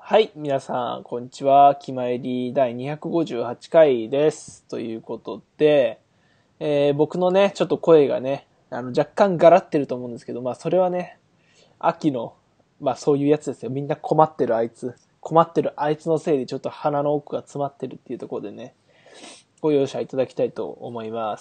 はい、皆さん、こんにちは。気まいり第258回です。ということで、僕のね、ちょっと声がね、若干ガラってると思うんですけど、まあ、それはね、秋の、まあ、そういうやつですよ。みんな困ってるあいつのせいでちょっと鼻の奥が詰まってるっていうところでね、ご容赦いただきたいと思います。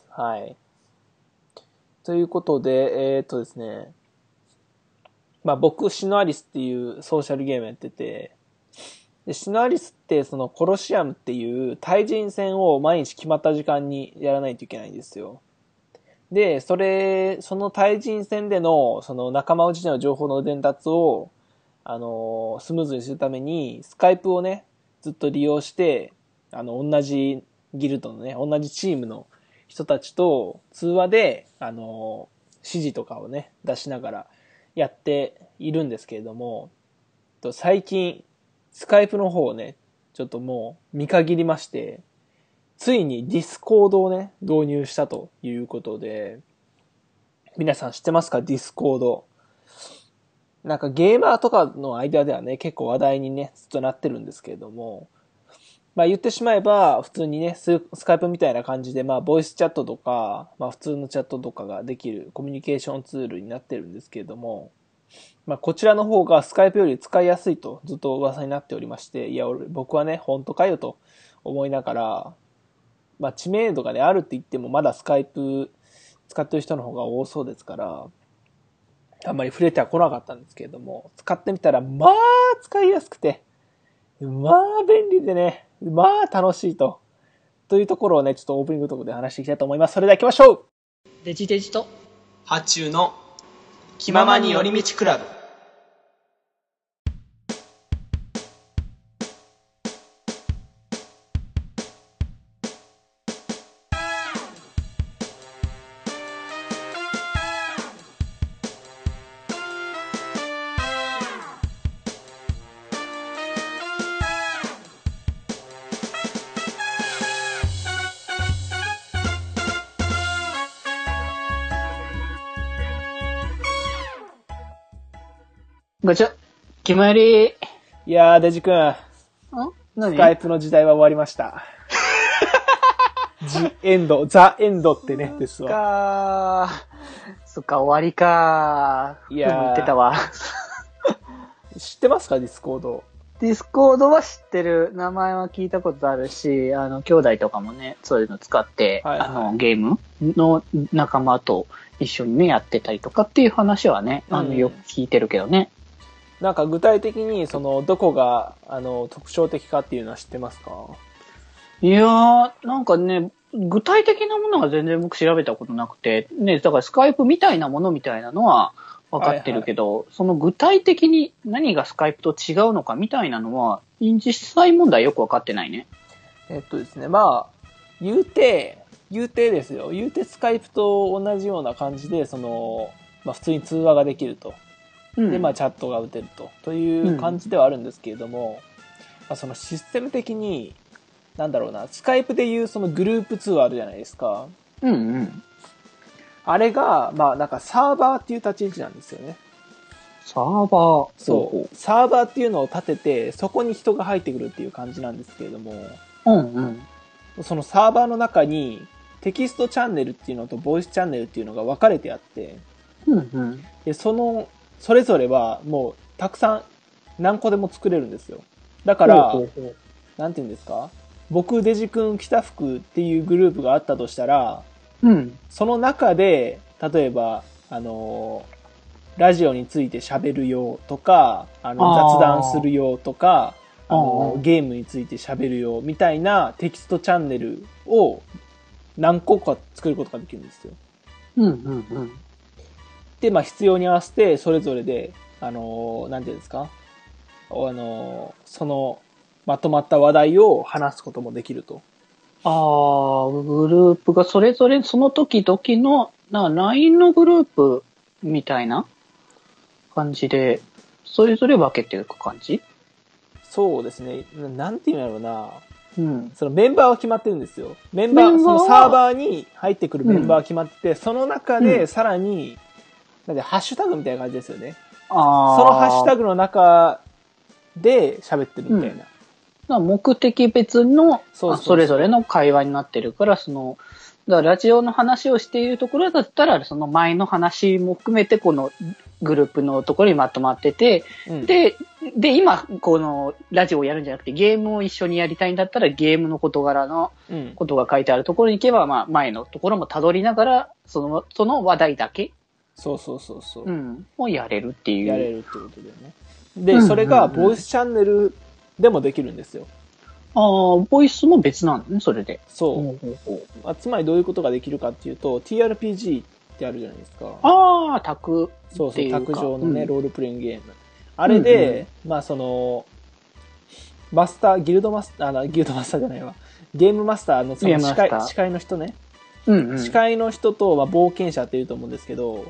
はい。ということで、ですね、まあ、僕、シノアリスっていうソーシャルゲームやってて、で、シノアリスってそのコロシアムっていう対人戦を毎日決まった時間にやらないといけないんですよ。で、その対人戦でのその仲間内での情報の伝達を、スムーズにするためにスカイプをね、ずっと利用して、同じギルドのね、同じチームの人たちと通話で、指示とかをね、出しながらやっているんですけれども、最近、スカイプの方をね、ちょっともう見限りまして、ついにディスコードをね、導入したということで、皆さん知ってますか？ディスコード。なんかゲーマーとかの間ではね、結構話題にね、ずっとなってるんですけれども、まあ言ってしまえば、普通にね、スカイプみたいな感じで、まあボイスチャットとか、まあ普通のチャットとかができるコミュニケーションツールになってるんですけれども、まあ、こちらの方がスカイプより使いやすいとずっと噂になっておりまして、いや、僕はね、本当かよと思いながら、まあ、知名度がね、あるって言ってもまだスカイプ使ってる人の方が多そうですから、あんまり触れては来なかったんですけれども、使ってみたら、まあ、使いやすくて、まあ、便利でね、まあ、楽しいと。というところをね、ちょっとオープニングトークで話していきたいと思います。それでは行きましょう。 デジデジと発注の気ままに寄り道クラブ。 ガチャ決まり。 いやー、デジ君、 何スカイプの時代は終わりました。ザ・エンドってね、ですわ。 そっか、終わりか。 いやー言ってたわ。 知ってますか？ディスコード。 ディスコードは知ってる。名前は聞いたことあるし、兄弟とかもね、そういうの使って、 はいはい、 ゲームの仲間と一緒にね、やってたりとかっていう話はね、よく聞いてるけどね。 なんか具体的に、どこが、特徴的かっていうのは知ってますか？ いやー、なんかね、具体的なものが全然僕調べたことなくて、ね、だからスカイプみたいなものみたいなのは分かってるけど、その具体的に何がスカイプと違うのかみたいなのは、実際問題よく分かってないね。 ですね、まあ、言うてですよ。言うてスカイプと同じような感じで、まあ普通に通話ができると。で、まあチャットが打てるという感じではあるんですけれども、まあそのシステム的に、なんだろうな、スカイプでいうそのグループ通話あるじゃないですか。 うんうん。 あれが、まあなんかサーバーっていう立ち位置なんですよね。 サーバー。 そう。サーバーっていうのを立てて、そこに人が入ってくるっていう感じなんですけれども、 うんうん。 そのサーバーの中にテキストチャンネルっていうのとボイスチャンネルっていうのが分かれてあって、 うんうん。 で、それぞれはもうたくさん何個でも作れるんですよ。だから、なんて言うんですか？僕、デジ君、北福っていうグループがあったとしたら、 うん。 その中で、例えば、ラジオについて喋るよとか、雑談するよとか、ゲームについて喋るよみたいなテキストチャンネルを何個か作ることができるんですよ。 うんうんうん。 で、まあ必要に合わせてそれぞれで、なんていうんですか？そのまとまった話題を話すこともできると。 グループがそれぞれその時々の、LINE のグループみたいな感じで、それぞれ分けていく感じ？ そうですね。なんていうんだろうな。 うん。 そのメンバーは決まってるんですよ。そのサーバーに入ってくるメンバーは決まってて、その中でさらに、なんでハッシュタグみたいな感じですよね。そのハッシュタグの中で喋ってるみたいな。 だから目的別のそうそれぞれの会話になってるから、だからラジオの話をしているところだったら、その前の話も含めてこのグループのところにまとまってて、 うん、 で、今このラジオをやるんじゃなくてゲームを一緒にやりたいんだったらゲームの事柄のことが書いてあるところに行けば、まあ前のところも辿りながら、その話題だけ、 そう、 うん、をやれるっていう。 やれるってことだよね。で、それがボイスチャンネルでもできるんですよ。 ああ、ボイスも別なんだね、それで。 そう。つまりどういうことができるかっていうと、TRPG ってあるじゃないですか。 ああ、卓。 そう、卓上のね、ロールプレイングゲーム。あれで、まあギルドマスターじゃないわ。ゲームマスターのその司会の人ね。司会の人と、まあ、冒険者って言うと思うんですけど、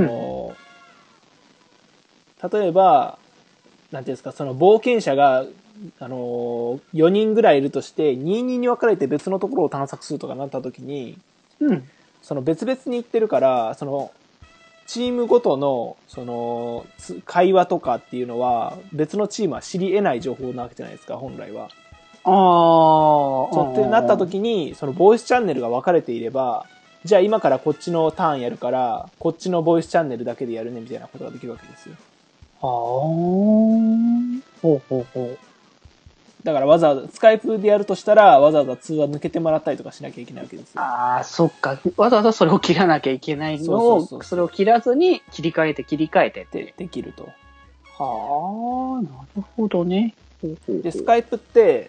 例えば、なんていうんですか、その冒険者が、4人ぐらいいるとして、2人に分かれて別のところを探索するとかなった時に、その別々に行ってるから、チームごとの、会話とかっていうのは、別のチームは知り得ない情報なわけじゃないですか、本来は。そうってなった時に、そのボイスチャンネルが分かれていれば、じゃあ今からこっちのターンやるから、こっちのボイスチャンネルだけでやるねみたいなことができるわけですよ。だからわざわざ、スカイプでやるとしたら、わざわざ通話抜けてもらったりとかしなきゃいけないわけですよ。 ああ、そっか。わざわざそれを切らなきゃいけないのを、それを切らずに切り替えてってできると。 はあ、なるほどね。 で、スカイプって、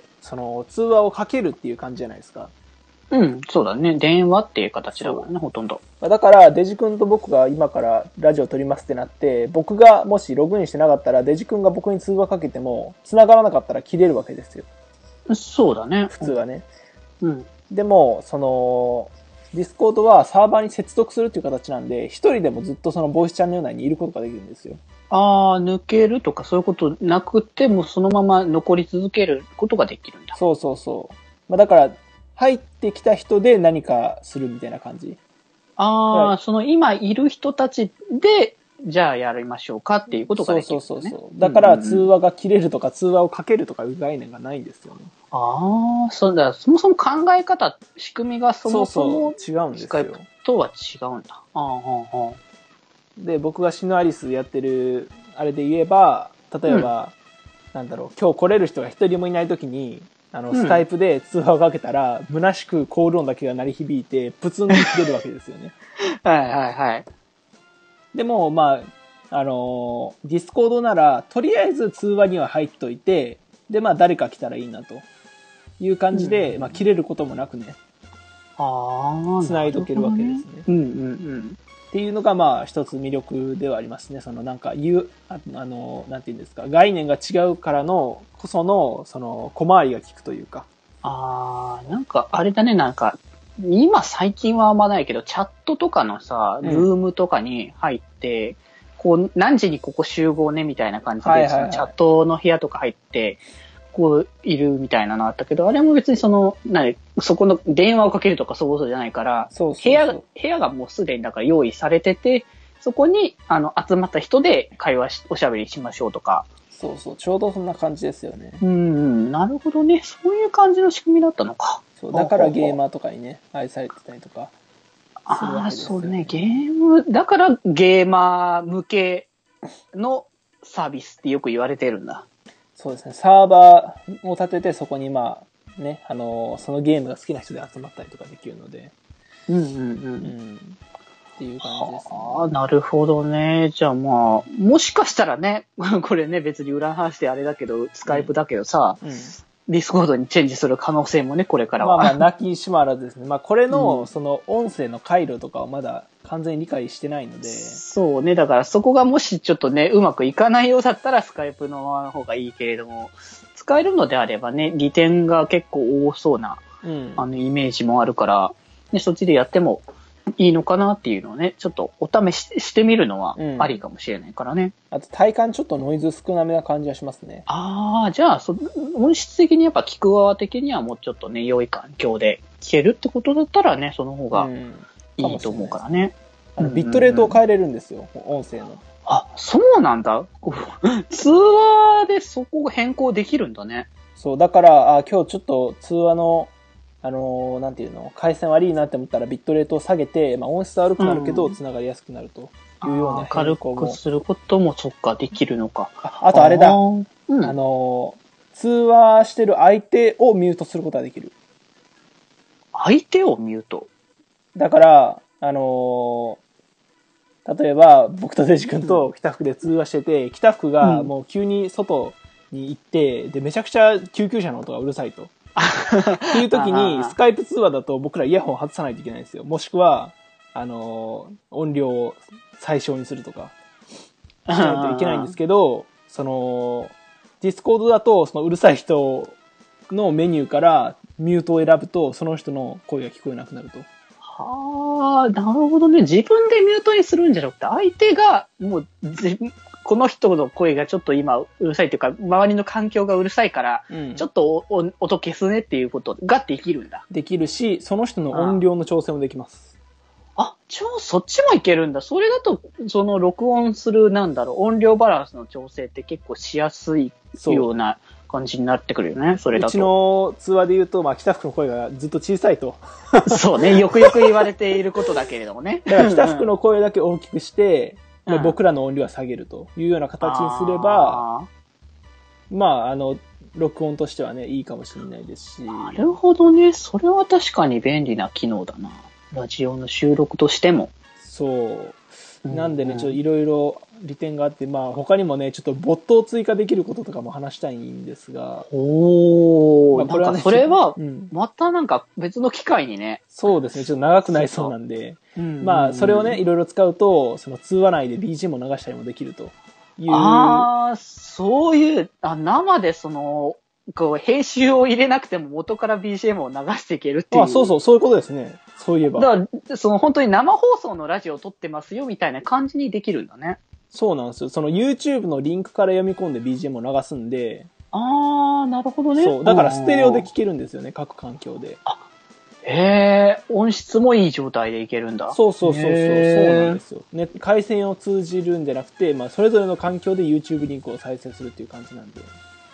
通話をかけるっていう感じじゃないですか。 うん、そうだね。電話っていう形だからね、ほとんど。 だから、デジ君と僕が今からラジオ撮りますってなって、僕がもしログインしてなかったら、デジ君が僕に通話かけても、繋がらなかったら切れるわけですよ。 そうだね。 普通はね。 うん。 でも、ディスコードはサーバーに接続するっていう形なんで、一人でもずっとそのボイスチャンネル内にいることができるんですよ。 ああ、抜けるとかそういうことなくても、そのまま残り続けることができるんだ。 そう。まあ、だから、入ってきた人で何かするみたいな感じ。 ああ、その今いる人たちで、じゃあやりましょうかっていうことができる、ね。 そう。だから通話が切れるとか通話をかけるとかいう概念がないんですよね。 ああ、そうだ。そもそも考え方、仕組みがそもそも違うんですよ。 スカイプとは違うんだ。 で、僕がシノアリスやってるあれで言えば、例えば、なんだろう、今日来れる人が一人もいないときに、スカイプで通話をかけたら、虚しくコール音だけが鳴り響いて、プツンと出るわけですよね。 はい。 でも、まあ、ディスコードなら、とりあえず通話には入っといて、で、まあ、誰か来たらいいなという感じで、まあ、切れることもなくね、繋いどけるわけですね。っていうのが、まあ、一つ魅力ではありますね。なんていうんですか、概念が違うからの、こその、小回りが利くというか。 なんか、あれだね、なんか、今最近はあんまないけど、チャットとかのさ、ルームとかに入って、こう、何時にここ集合ねみたいな感じで、チャットの部屋とか入って、こう、いるみたいなのあったけど、あれも別にそこの電話をかけるとかそういうことじゃないから、部屋がもうすでにだから用意されてて、そこに、集まった人でおしゃべりしましょうとか。 そう、ちょうどそんな感じですよね。 なるほどね。そういう感じの仕組みだったのか。 だからゲーマーとかにね、愛されてたりとかするわけですよね。 そうね、だからゲーマー向けのサービスってよく言われてるんだ。 そうですね、サーバーを立ててそこにまあ、ね、そのゲームが好きな人で集まったりとかできるので。っていう感じですね。 なるほどね。じゃあまあ、もしかしたらね、これね、別に裏の話であれだけど、スカイプだけどさ、ディスコードにチェンジする可能性もね、これからは。 まあ、なきにしもあらずですね。まあ、これの、その、音声の回路とかをまだ完全に理解してないので。 そうね。だからそこがもしちょっとね、うまくいかないようだったら、スカイプの方がいいけれども、使えるのであればね、利点が結構多そうな、イメージもあるから、ね、そっちでやってもいいのかなっていうのをね、ちょっとお試ししてみるのはありかもしれないからね。 あと体感ちょっとノイズ少なめな感じがしますね。 じゃあ音質的にやっぱ聞く側的にはもうちょっとね、良い環境で聞けるってことだったらね、その方がいいと思うからね。 ビットレートを変えれるんですよ、音声の。 あ、そうなんだ。通話でそこが変更できるんだね。 そう、だから、今日ちょっと通話の、なんていうの、回線悪いなって思ったらビットレートを下げて、まあ音質悪くなるけど、繋がりやすくなるというような変軽更も。 くすることもそっか、できるのか。 あとあれだ。通話してる相手をミュートすることができる。 相手をミュート？ だから、例えば、僕とデジ君と北福で通話してて、北福がもう急に外に行って、で、めちゃくちゃ救急車の音がうるさいと。っていう時に、スカイプ通話だと僕らイヤホン外さないといけないんですよ。もしくは、音量を最小にするとか、しないといけないんですけど、ディスコードだと、そのうるさい人のメニューからミュートを選ぶと、その人の声が聞こえなくなると。 はあ、なるほどね。自分でミュートにするんじゃなくて、相手が、もう、この人の声がちょっと今うるさいっていうか、周りの環境がうるさいから、ちょっと音消すねっていうことができるんだ。 できるし、その人の音量の調整もできます。 そっちもいけるんだ。それだと、その録音する、音量バランスの調整って結構しやすいような感じになってくるよね、それだと。 うちの通話で言うと、まあ、北福の声がずっと小さいと。 そうね、よくよく言われていることだけれどもね。 だから北福の声だけ大きくして、僕らの音量は下げるというような形にすれば、まあ、録音としてはね、いいかもしれないですし。 なるほどね。それは確かに便利な機能だな。ラジオの収録としても。 そう。なんでね、ちょっといろいろ利点があって、まあ他にもね、ちょっとボットを追加できることとかも話したいんですが。 まあ、これはね、それは、またなんか別の機会にね。 そうですね、ちょっと長くなりそうなんで。まあ、それをね、いろいろ使うと、その通話内で BGM を流したりもできるという。 そういう、生で編集を入れなくても元から BGM を流していけるっていう。 そういうことですね。そういえば。 だから、本当に生放送のラジオを撮ってますよみたいな感じにできるんだね。 そうなんですよ。その YouTube のリンクから読み込んで BGM を流すんで。 なるほどね。 そう。だからステレオで聴けるんですよね、各環境で。 音質もいい状態でいけるんだ。 そうそうなんですよ。ね、回線を通じるんじゃなくて、まあ、それぞれの環境で YouTube リンクを再生するっていう感じなんで。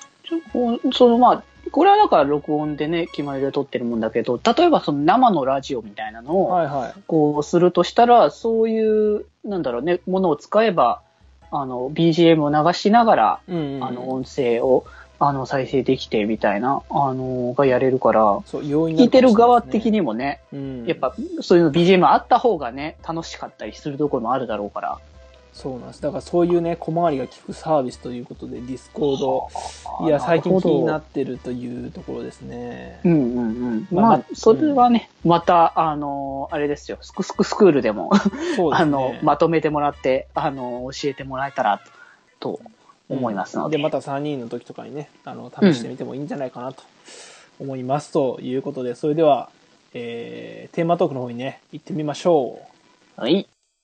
これはだから録音でね、決まりで撮ってるもんだけど、例えば生のラジオみたいなのを、こうするとしたら、そういう、ものを使えば、BGM を流しながら、音声を、再生できてみたいな、がやれるから、聞いてる側的にもね、やっぱ、そういうの BGM あった方がね、楽しかったりするところもあるだろうから。 そうなんです。だからそういうね、小回りが利くサービスということで、ディスコード、いや、最近気になってるというところですね。 まあ、それはね、また、あれですよ、スクールでも、まとめてもらって、教えてもらえたらと思いますので。 で、また3人の時とかにね、試してみてもいいんじゃないかなと思います。ということで、それでは、テーマトークの方にね、行ってみましょう。はい。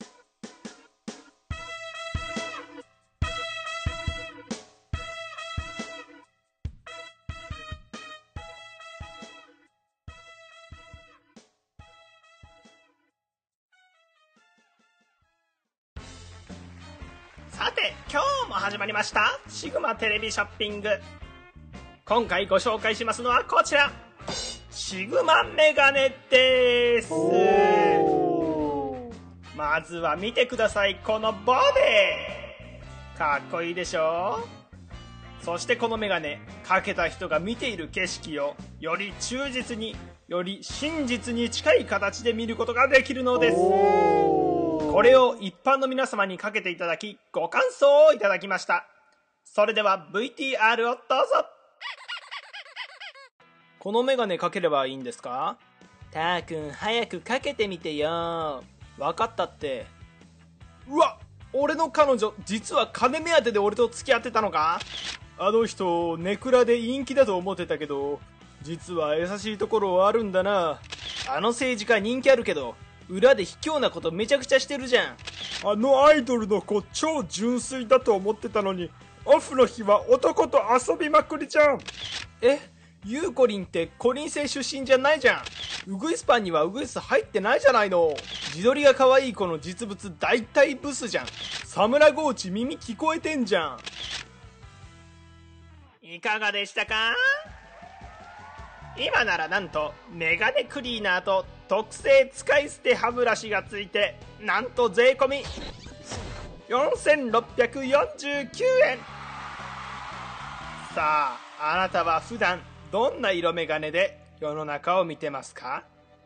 さて、今日も始まりましたシグマテレビショッピング。今回ご紹介しますのはこちら、シグマメガネです。まずは見てください、このボディかっこいいでしょ。そしてこのメガネ、かけた人が見ている景色をより忠実に、より真実に近い形で見ることができるのです。これを一般の皆様にかけていただき、ご感想をいただきました。それでは VTR をどうぞ。このメガネかければいいんですか？ たーくん、早くかけてみてよ。 わかったって。うわ、俺の彼女、実は金目当てで俺と付き合ってたのか？あの人、ネクラで陰気だと思ってたけど、実は優しいところあるんだな。 あの政治家人気あるけど、裏で卑怯なことめちゃくちゃしてるじゃん。 あのアイドルの子超純粋だと思ってたのに、オフの日は男と遊びまくりじゃん。 ゆうこりんってコリン星出身じゃないじゃん。 ウグイスパンにはウグイス入ってないじゃないの。自撮りが可愛い子の実物大体ブスじゃん。サムラゴーチ耳聞こえてんじゃん。いかがでしたか？今ならなんとメガネクリーナーと特製使い捨て歯ブラシがついて、なんと税込み4649円。さあ、あなたは普段どんな色メガネで世の中を見てますか？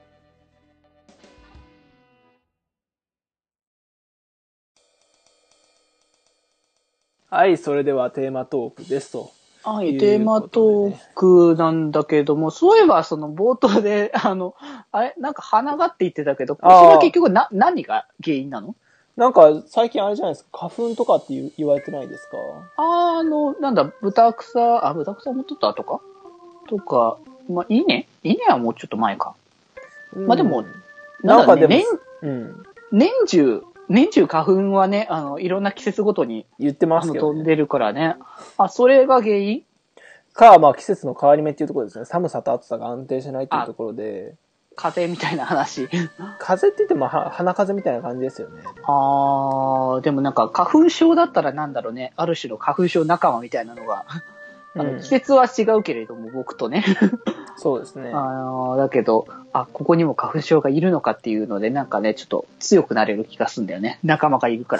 はい、それではテーマトークですと。 はい、テーマトークなんだけども、そういえばその冒頭で、あれ、なんか鼻がって言ってたけど、それは結局何が原因なの？ なんか最近あれじゃないですか、花粉とかって言われてないですか？ なんだ、豚草もっとったとか、まあ、稲はもうちょっと前か。まあでも、なんかね、年中花粉はね、いろんな季節ごとに言ってますけど、ね、 飛んでるからね。それが原因か、まあ季節の変わり目っていうところですね。寒さと暑さが安定しないっていうところで。 風邪みたいな話。 風邪って言っても鼻風邪みたいな感じですよね。 でもなんか花粉症だったらなんだろうね。ある種の花粉症仲間みたいなのが。季節は違うけれども、僕とね。 そうですね。 だけど、ここにも花粉症がいるのかっていうので、なんかね、ちょっと強くなれる気がするんだよね。仲間がいるから。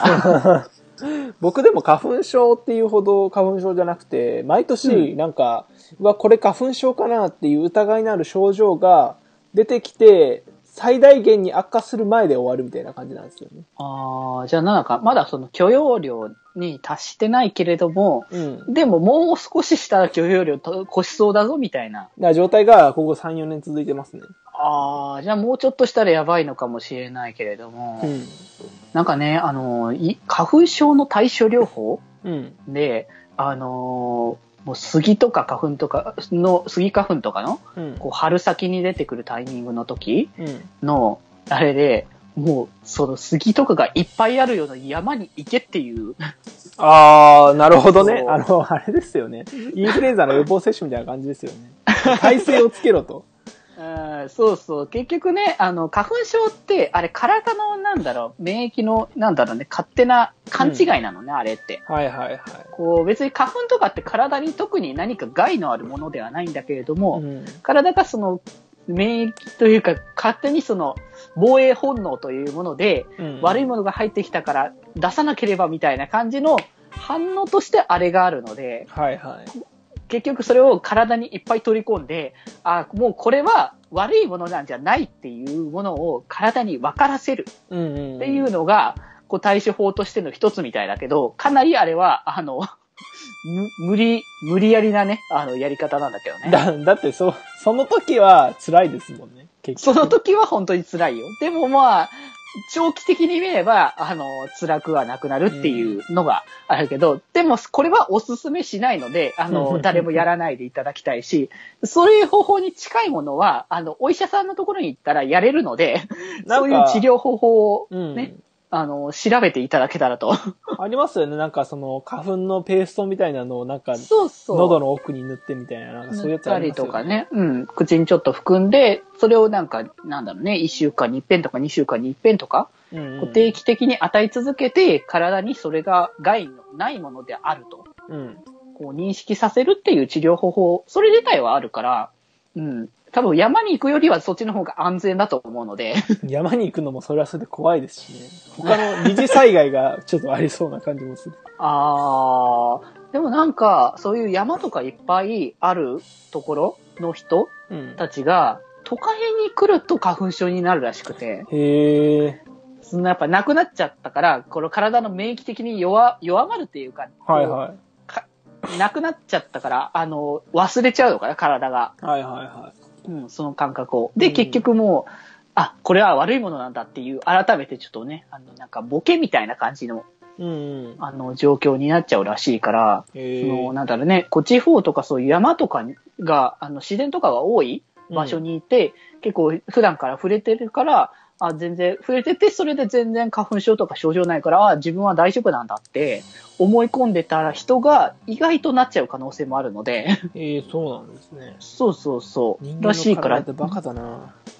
僕でも花粉症っていうほど花粉症じゃなくて、毎年なんか、これ花粉症かなっていう疑いのある症状が出てきて、最大限に悪化する前で終わるみたいな感じなんですよね。 じゃあなんか、まだその許容量に達してないけれども、でももう少ししたら許容量と越しそうだぞみたいな。 状態がここ3、4年続いてますね。 じゃあもうちょっとしたらやばいのかもしれないけれども、なんかね、花粉症の対処療法、で、もう杉とか花粉とかの、杉花粉とかの、こう春先に出てくるタイミングの時の、あれで、もうその杉とかがいっぱいあるような山に行けっていう。 なるほどね。あれですよね。インフルエンザの予防接種みたいな感じですよね。体勢をつけろと。 そうそう。結局ね、花粉症って、あれ、体の、免疫の、勝手な勘違いなのね、あれって。 はいはいはい。 こう、別に花粉とかって体に特に何か害のあるものではないんだけれども、体がその、免疫というか、勝手にその、防衛本能というもので、悪いものが入ってきたから出さなければみたいな感じの反応としてあれがあるので、結局それを体にいっぱい取り込んで、もうこれは悪いものなんじゃないっていうものを体に分からせるっていうのが、こう対処法としての一つみたいだけど、かなりあれは、無理やりなね、やり方なんだけどね。 だってその時は辛いですもんね、結局。 その時は本当に辛いよ。でもまあ、長期的に見れば、辛くはなくなるっていうのがあるけど、でもこれはおすすめしないので、誰もやらないでいただきたいし、そういう方法に近いものは、お医者さんのところに行ったらやれるので、そういう治療方法をね、調べていただけたらと。 ありますよね。なんかその花粉のペーストみたいなのをなんか、喉の奥に塗ってみたいな、なんかそういうやつありますよね。 塗ったりとかね。口にちょっと含んで、それをなんか、1週間に一遍とか2週間に一遍とか、定期的に与え続けて、体にそれが害のないものであると。こう認識させるっていう治療方法、それ自体はあるから、多分山に行くよりはそっちの方が安全だと思うので。 山に行くのもそれはそれで怖いですしね。他の二次災害がちょっとありそうな感じもする。 でもなんか、そういう山とかいっぱいあるところの人たちが、都会に来ると花粉症になるらしくて。そんなやっぱなくなっちゃったから、この体の免疫的に弱まるっていうか、なくなっちゃったから、忘れちゃうのかな、体が。その感覚を。で、結局もう、これは悪いものなんだっていう、改めてちょっとね、なんかボケみたいな感じの、状況になっちゃうらしいから、地方とかそういう山とかが、自然とかが多い場所にいて、結構普段から触れてるから、全然触れてて、それで全然花粉症とか症状ないから、自分は大丈夫なんだって思い込んでたら人が意外となっちゃう可能性もあるので。 そうなんですね。 そう。 人間の体ってバカだな。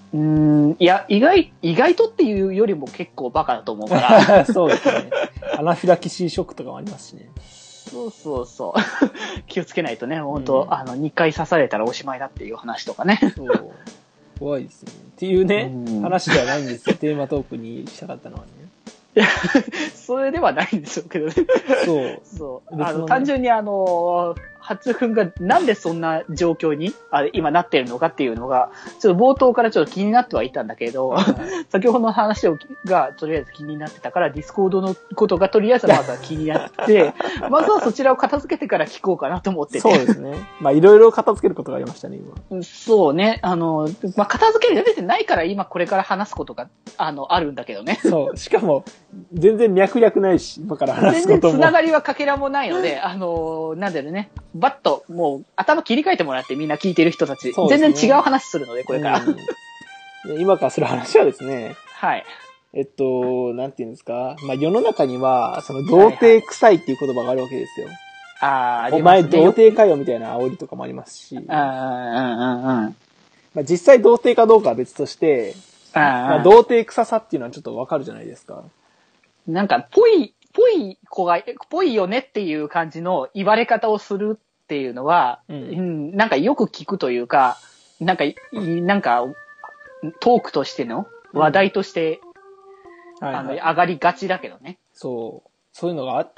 いや、意外とっていうよりも結構バカだと思うから。 そうですね。アナフィラキシーショックとかもありますしね。 そう。気をつけないとね、本当、2回刺されたらおしまいだっていう話とかね。 そう。怖いですね。っていうね、話ではないんですよ。テーマトークにしたかったのはね。 それではないんでしょうけどね。そう。単純に初くんがなんでそんな状況に今なってるのかっていうのが、ちょっと冒頭からちょっと気になってはいたんだけど、先ほどの話がとりあえず気になってたから、ディスコードのことがとりあえずまずは気になって、まずはそちらを片付けてから聞こうかなと思ってて。 そうですね。まあいろいろ片付けることがありましたね、 今。そうね。片付けられてないから今これから話すことが、あるんだけどね。 そう。しかも、全然脈略ないし、今から話すことも。 全然つながりはかけらもないので、なんだろうね。バッと、もう、頭切り替えてもらって、みんな聞いてる人たち。ね、全然違う話するので、これから。 今からする話はですね。 はい。 なんていうんですか。まあ、世の中には、童貞臭いっていう言葉があるわけですよ。 ありますね。お前童貞かよみたいな煽りとかもありますし。まあ、実際童貞かどうかは別として、まあ、童貞臭さっていうのはちょっとわかるじゃないですか。 なんか、ぽい子が、ぽいよねっていう感じの言われ方をするっていうのは、なんかよく聞くというか、なんか、トークとしての話題として、上がりがちだけどね。 そういうのがあって、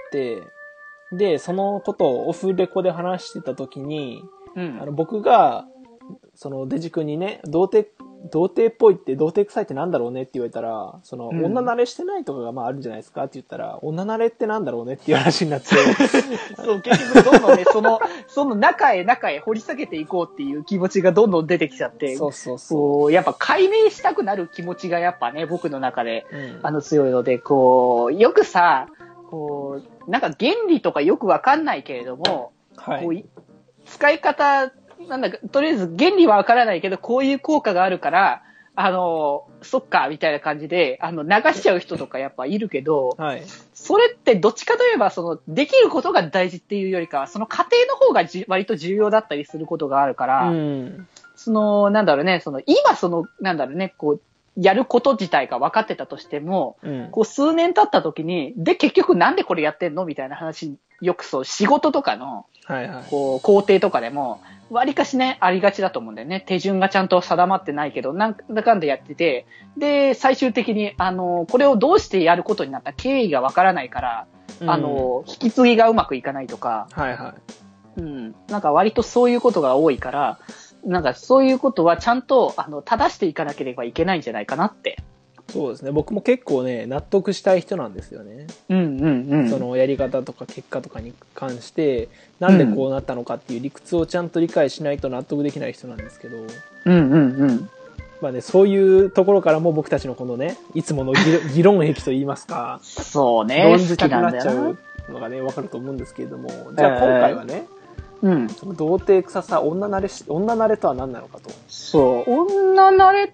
で、そのことをオフレコで話してた時に、僕が、デジ君にね、童貞っぽいって、童貞臭いってなんだろうねって言われたら、女慣れしてないとかがまああるんじゃないですかって言ったら、女慣れってなんだろうねっていう話になって。 そう、結局どんどんね、その中へ掘り下げていこうっていう気持ちがどんどん出てきちゃって、 そうやっぱ解明したくなる気持ちがやっぱね、僕の中で、強いので、よくさ、なんか原理とかよくわかんないけれども、使い方、なんだか、とりあえず原理はわからないけど、こういう効果があるから、そっか、みたいな感じで、流しちゃう人とかやっぱいるけど、それってどっちかといえば、できることが大事っていうよりかは、その過程の方が割と重要だったりすることがあるから、なんだろうね、今なんだろうね、やること自体が分かってたとしても、数年経った時に、結局なんでこれやってんのみたいな話、よく仕事とかの、工程とかでも、割かしね、ありがちだと思うんだよね。手順がちゃんと定まってないけど、なんだかんだやってて、で、最終的に、これをどうしてやることになった経緯がわからないから、引き継ぎがうまくいかないとか、なんか割とそういうことが多いから、なんかそういうことはちゃんと、正していかなければいけないんじゃないかなって。 そうですね。僕も結構ね、納得したい人なんですよね。そのやり方とか結果とかに関して、なんでこうなったのかっていう理屈をちゃんと理解しないと納得できない人なんですけど。まあね、そういうところからも僕たちのこのね、いつもの議論癖と言いますか。 そうね。 論じたくなっちゃうのがね、わかると思うんですけれども。じゃあ今回はね、その童貞臭さ、女慣れとは何なのかと。 そう。女慣れって、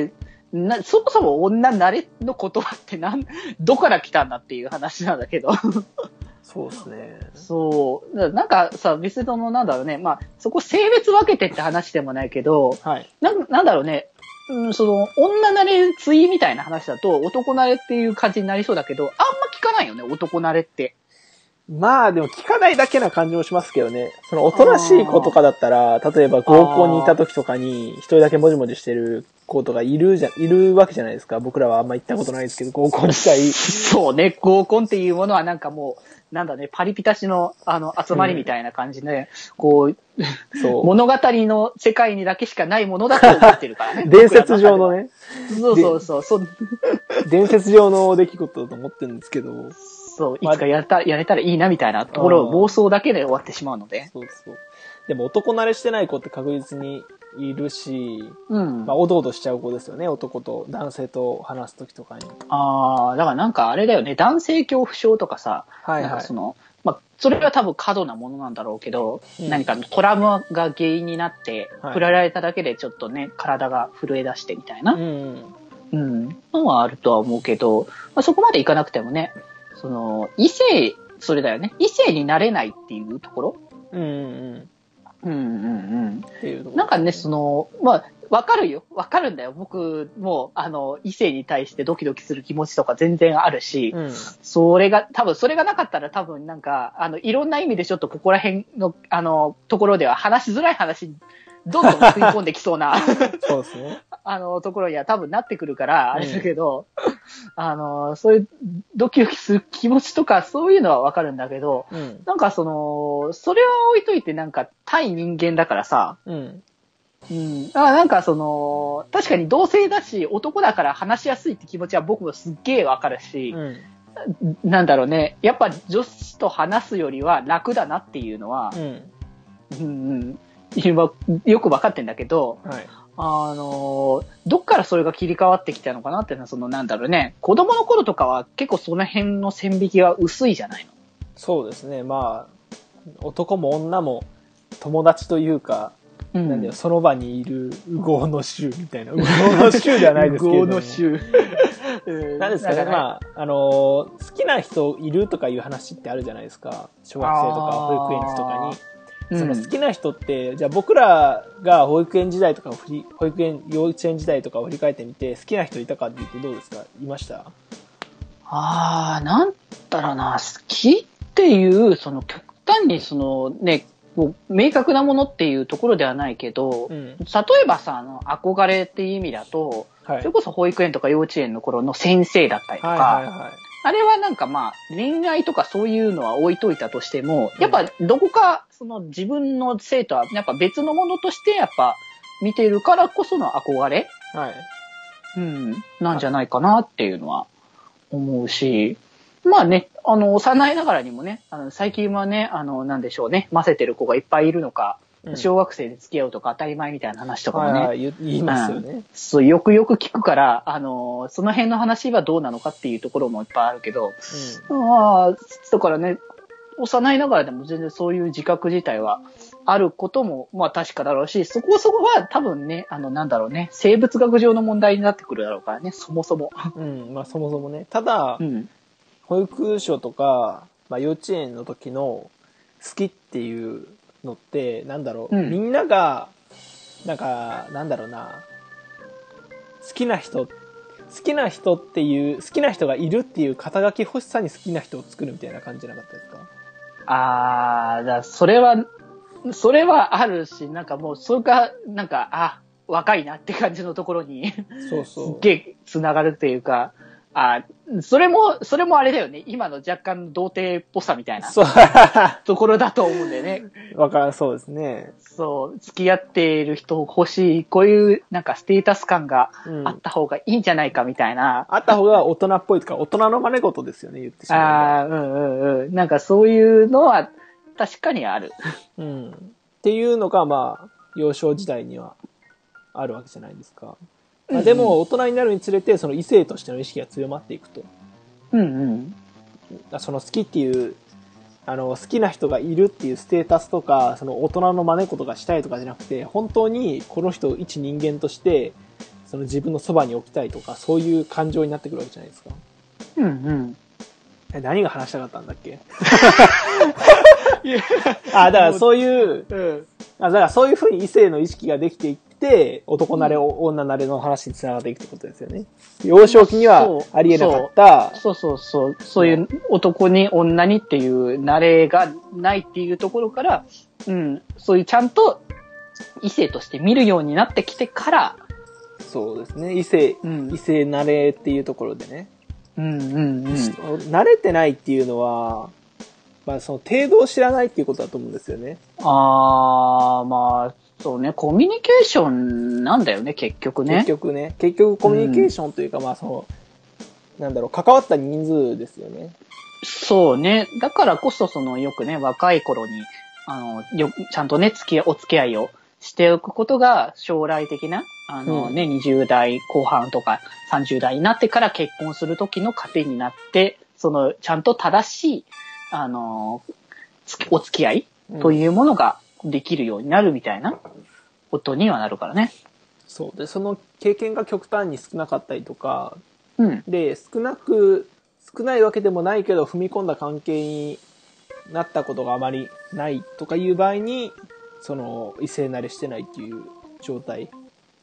そもそも女慣れの言葉ってどこから来たんだっていう話なんだけど。 そうですね。 そう。なんかさ、別になんだろうね。まあ、そこ性別分けてって話でもないけど、なんだろうね。女慣れ対みたいな話だと男慣れっていう感じになりそうだけど、あんま聞かないよね、男慣れって。 まあでも聞かないだけな感じもしますけどね。おとなしい子とかだったら、例えば合コンにいた時とかに一人だけもじもじしてる子とかいるわけじゃないですか。僕らはあんま行ったことないですけど、合コン自体。 そうね、合コンっていうものはなんかもう、なんだね、パリピたちの集まりみたいな感じで、物語の世界にだけしかないものだと思ってるからね。 伝説上のね。 そう。 伝説上の出来事だと思ってるんですけど。 そう、いつかやれたらいいなみたいなところを妄想だけで終わってしまうので。 そう。でも男慣れしてない子って確実にいるし、まあ、おどおどしちゃう子ですよね、男と、男性と話すときとかに。 だからなんかあれだよね、男性恐怖症とかさ、なんかまあ、それは多分過度なものなんだろうけど、何かトラウマが原因になって、振られただけでちょっとね、体が震え出してみたいな、のはあるとは思うけど、まあ、そこまでいかなくてもね、それだよね。異性になれないっていうところ。なんかね、まあ、 わかるよ。わかるんだよ。僕も、異性に対してドキドキする気持ちとか全然あるし、 うん。 それがなかったら多分なんか、いろんな意味でちょっとここら辺の、ところでは話しづらい話にどんどん食い込んできそうな、 そうですね。 ところには多分なってくるから、あれだけど、そういうドキドキする気持ちとかそういうのはわかるんだけど、 うん。 なんかそれは置いといてなんか対人間だからさ、 うん。 なんか確かに同性だし、男だから話しやすいって気持ちは僕もすっげえわかるし、 うん。 なんだろうね、やっぱ女子と話すよりは楽だなっていうのは、今よくわかってんだけど、 はい。 どっからそれが切り替わってきたのかなっていうのは、なんだろうね、子供の頃とかは結構その辺の線引きは薄いじゃないの。 そうですね。まあ、男も女も友達というか、なんだよ、その場にいる右往の衆みたいな。右往の衆ではないですけれども。 右往の衆。 なんですかね、まあ、好きな人いるとかいう話ってあるじゃないですか。小学生とか保育園児とかに。その好きな人って、じゃあ僕らが保育園時代とか幼稚園時代とかを振り返ってみて、好きな人いたかっていうとどうですか？いました？ なんだろうな、好きっていう、極端にね、もう明確なものっていうところではないけど、例えばさ、憧れっていう意味だと、はい、それこそ保育園とか幼稚園の頃の先生だったりとか、あれはなんかまあ恋愛とかそういうのは置いといたとしても、やっぱどこか自分の生徒はやっぱ別のものとしてやっぱ見てるからこその憧れ、はい、なんじゃないかなっていうのは思うし、まあね、幼いながらにもね、最近はね、なんでしょうね、混ぜてる子がいっぱいいるのか、小学生で付き合うとか当たり前みたいな話とかもね、 言いますよね。 そう、よくよく聞くから、その辺の話はどうなのかっていうところもいっぱいあるけど、だからね、幼いながらでも全然そういう自覚自体はあることも、まあ確かだろうし、そこは多分ね、なんだろうね、生物学上の問題になってくるだろうからね、そもそも。 まあそもそもね。ただ、保育所とか、まあ、幼稚園の時の好きっていうのってなんだろう、みんながなんかなんだろうな、好きな人っていう好きな人がいるっていう肩書き欲しさに好きな人を作るみたいな感じじゃなかったですか？ それはあるし、なんかもうそれがなんか若いなって感じのところにそうすっげえ繋がるっていうか。それもあれだよね。今の若干童貞っぽさみたいなところだと思うんだよね。 そうですね。 そう、付き合っている人欲しい、こういうなんかステータス感があった方がいいんじゃないかみたいな。 あった方が大人っぽいとか、大人の真似事ですよね、言ってしまえば。なんかそういうのは確かにある。 っていうのが、まあ、幼少時代にはあるわけじゃないですか。まあ、でも大人になるにつれてその異性としての意識が強まっていくと、その好きっていう好きな人がいるっていうステータスとかその大人の真似事がしたいとかじゃなくて、本当にこの人を一人間としてその自分のそばに置きたいとか、そういう感情になってくるわけじゃないですか。何が話したかったんだっけ？だからそういう、だからそういうふうに異性の意識ができていって、男なれ、女なれの話につながっていくってことですよね。幼少期にはありえなかった。 そういう男に女にっていう慣れがないっていうところから、そういうちゃんと異性として見るようになってきてから、 そうですね。異性慣れっていうところでね。慣れてないっていうのは、まあその程度を知らないっていうことだと思うんですよね。 まあ、そうね、コミュニケーションなんだよね、結局ね。 結局コミュニケーションというか、まあなんだろう、関わった人数ですよね。 そうね。だからこそよくね、若い頃に、ちゃんとね、お付き合いをしておくことが将来的な、20代後半とか30代になってから結婚する時の糧になって、ちゃんと正しい、お付き合いというものができるようになるみたいなことにはなるからね。 そうで、その経験が極端に少なかったりとか、で少ないわけでもないけど踏み込んだ関係になったことがあまりないとかいう場合に、その異性慣れしてないっていう状態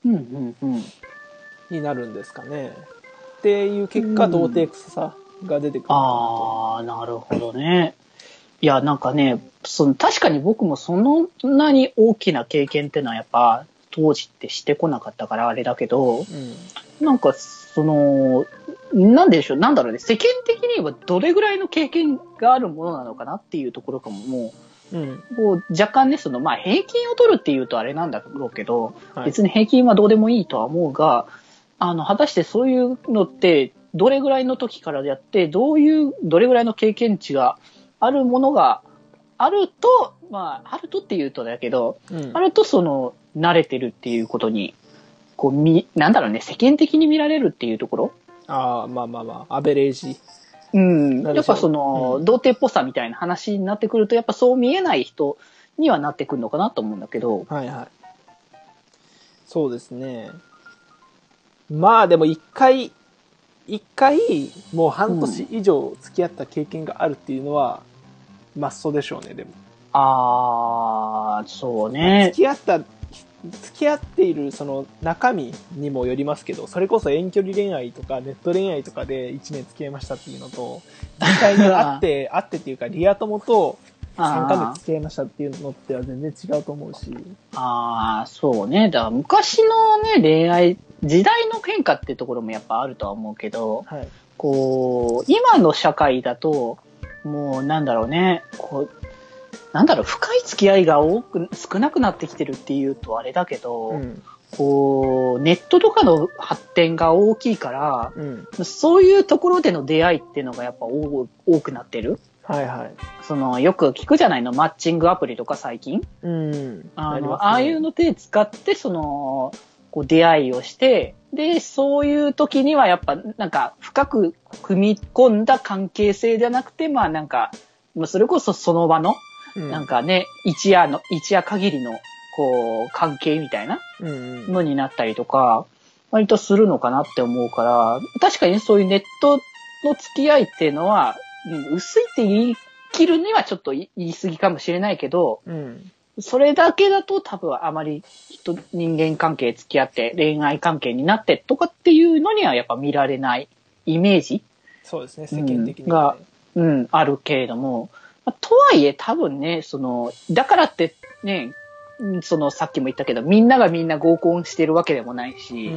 になるんですかね。っていう結果、童貞臭さが出てくる。 ああ、なるほどね。いや、なんかね、確かに僕もそんなに大きな経験ってのはやっぱ当時ってしてこなかったからあれだけど、なんかなんでしょう、なんだろうね、世間的にはどれぐらいの経験があるものなのかなっていうところかも、もう、こう若干ね、まあ平均を取るっていうとあれなんだろうけど、別に平均はどうでもいいとは思うが、果たしてそういうのって、どれぐらいの時からやって、どれぐらいの経験値があるものがあると、まあ、あるとって言うとだけど、あると慣れてるっていうことに、こうなんだろうね、世間的に見られるっていうところ。 ああ、まあまあまあ、アベレージ。 やっぱ童貞っぽさみたいな話になってくると、やっぱそう見えない人にはなってくるのかなと思うんだけど。 はいはい。そうですね。まあでも一回、もう半年以上付き合った経験があるっていうのは、マストでしょうね、でも。 そうね。 付き合っているその中身にもよりますけど、それこそ遠距離恋愛とかネット恋愛とかで1年付き合いましたっていうのと、実際に会ってっていうかリア友と3ヶ月付き合いましたっていうのっては全然違うと思うし。 そうね。だから昔のね、恋愛、時代の変化っていうところもやっぱあるとは思うけど、こう、今の社会だと、もうなんだろうね、深い付き合いが少なくなってきてるっていうとあれだけど、こう、ネットとかの発展が大きいから、そういうところでの出会いっていうのがやっぱ多くなってる。よく聞くじゃないの、マッチングアプリとか最近。ああいうので使って、こう出会いをして、で、そういう時にはやっぱなんか深く踏み込んだ関係性じゃなくて、まあなんか、それこそその場の、なんかね、一夜限りの、こう、関係みたいなのになったりとか、割とするのかなって思うから、確かにそういうネットの付き合いっていうのは、薄いって言い切るにはちょっと言い過ぎかもしれないけど、それだけだと多分あまり人間関係付き合って恋愛関係になってとかっていうのにはやっぱ見られないイメージ。 そうですね、世間的に、 が、あるけれども、とはいえ多分ね、だからってね、さっきも言ったけど、みんながみんな合コンしてるわけでもないし、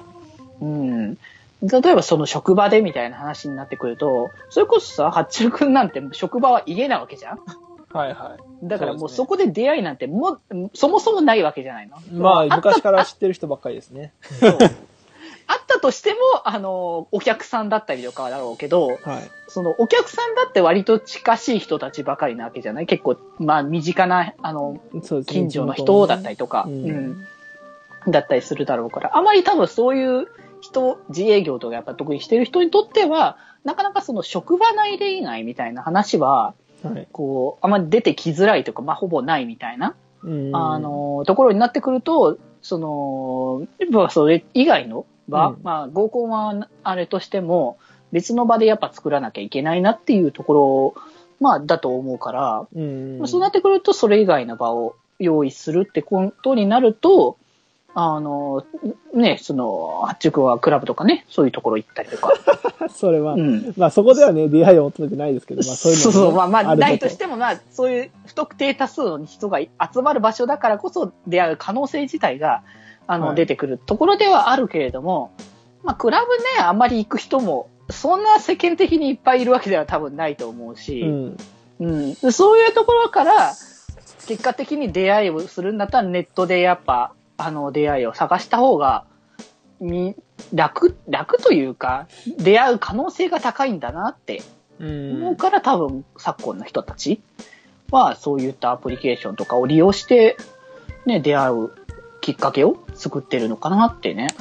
例えば職場でみたいな話になってくると、それこそさ、ハッチュル君なんて職場は家なわけじゃん。だからもうそこで出会いなんてそもそもないわけじゃないの。 まあ、昔から知ってる人ばっかりですね。 あったとしても、お客さんだったりとかだろうけど、お客さんだって割と近しい人たちばかりなわけじゃない？結構、まあ、身近な、近所の人だったりとか、だったりするだろうから、あまり多分そういう自営業とかやっぱ特にしてる人にとっては、なかなか職場内恋愛みたいな話は、こう、あまり出てきづらいとか、まあ、ほぼないみたいな、ところになってくると、やっぱそれ以外の場、まあ、合コンはあれとしても、別の場でやっぱ作らなきゃいけないなっていうところ、まあ、だと思うから、そうなってくると、それ以外の場を用意するってことになると、ハッチュ君はクラブとかね、そういうところ行ったりとか。 それは、まあそこではね、出会いを求めてないですけど、まあそういうのも、まあないとしても、まあそういう不特定多数の人が集まる場所だからこそ出会う可能性自体が、出てくるところではあるけれども、まあクラブね、あんまり行く人も、そんな世間的にいっぱいいるわけでは多分ないと思うし、そういうところから、結果的に出会いをするんだったらネットでやっぱ、出会いを探した方が、楽というか、出会う可能性が高いんだなって思うから多分昨今の人たちはそういったアプリケーションとかを利用して、ね、出会うきっかけを作ってるのかなってね。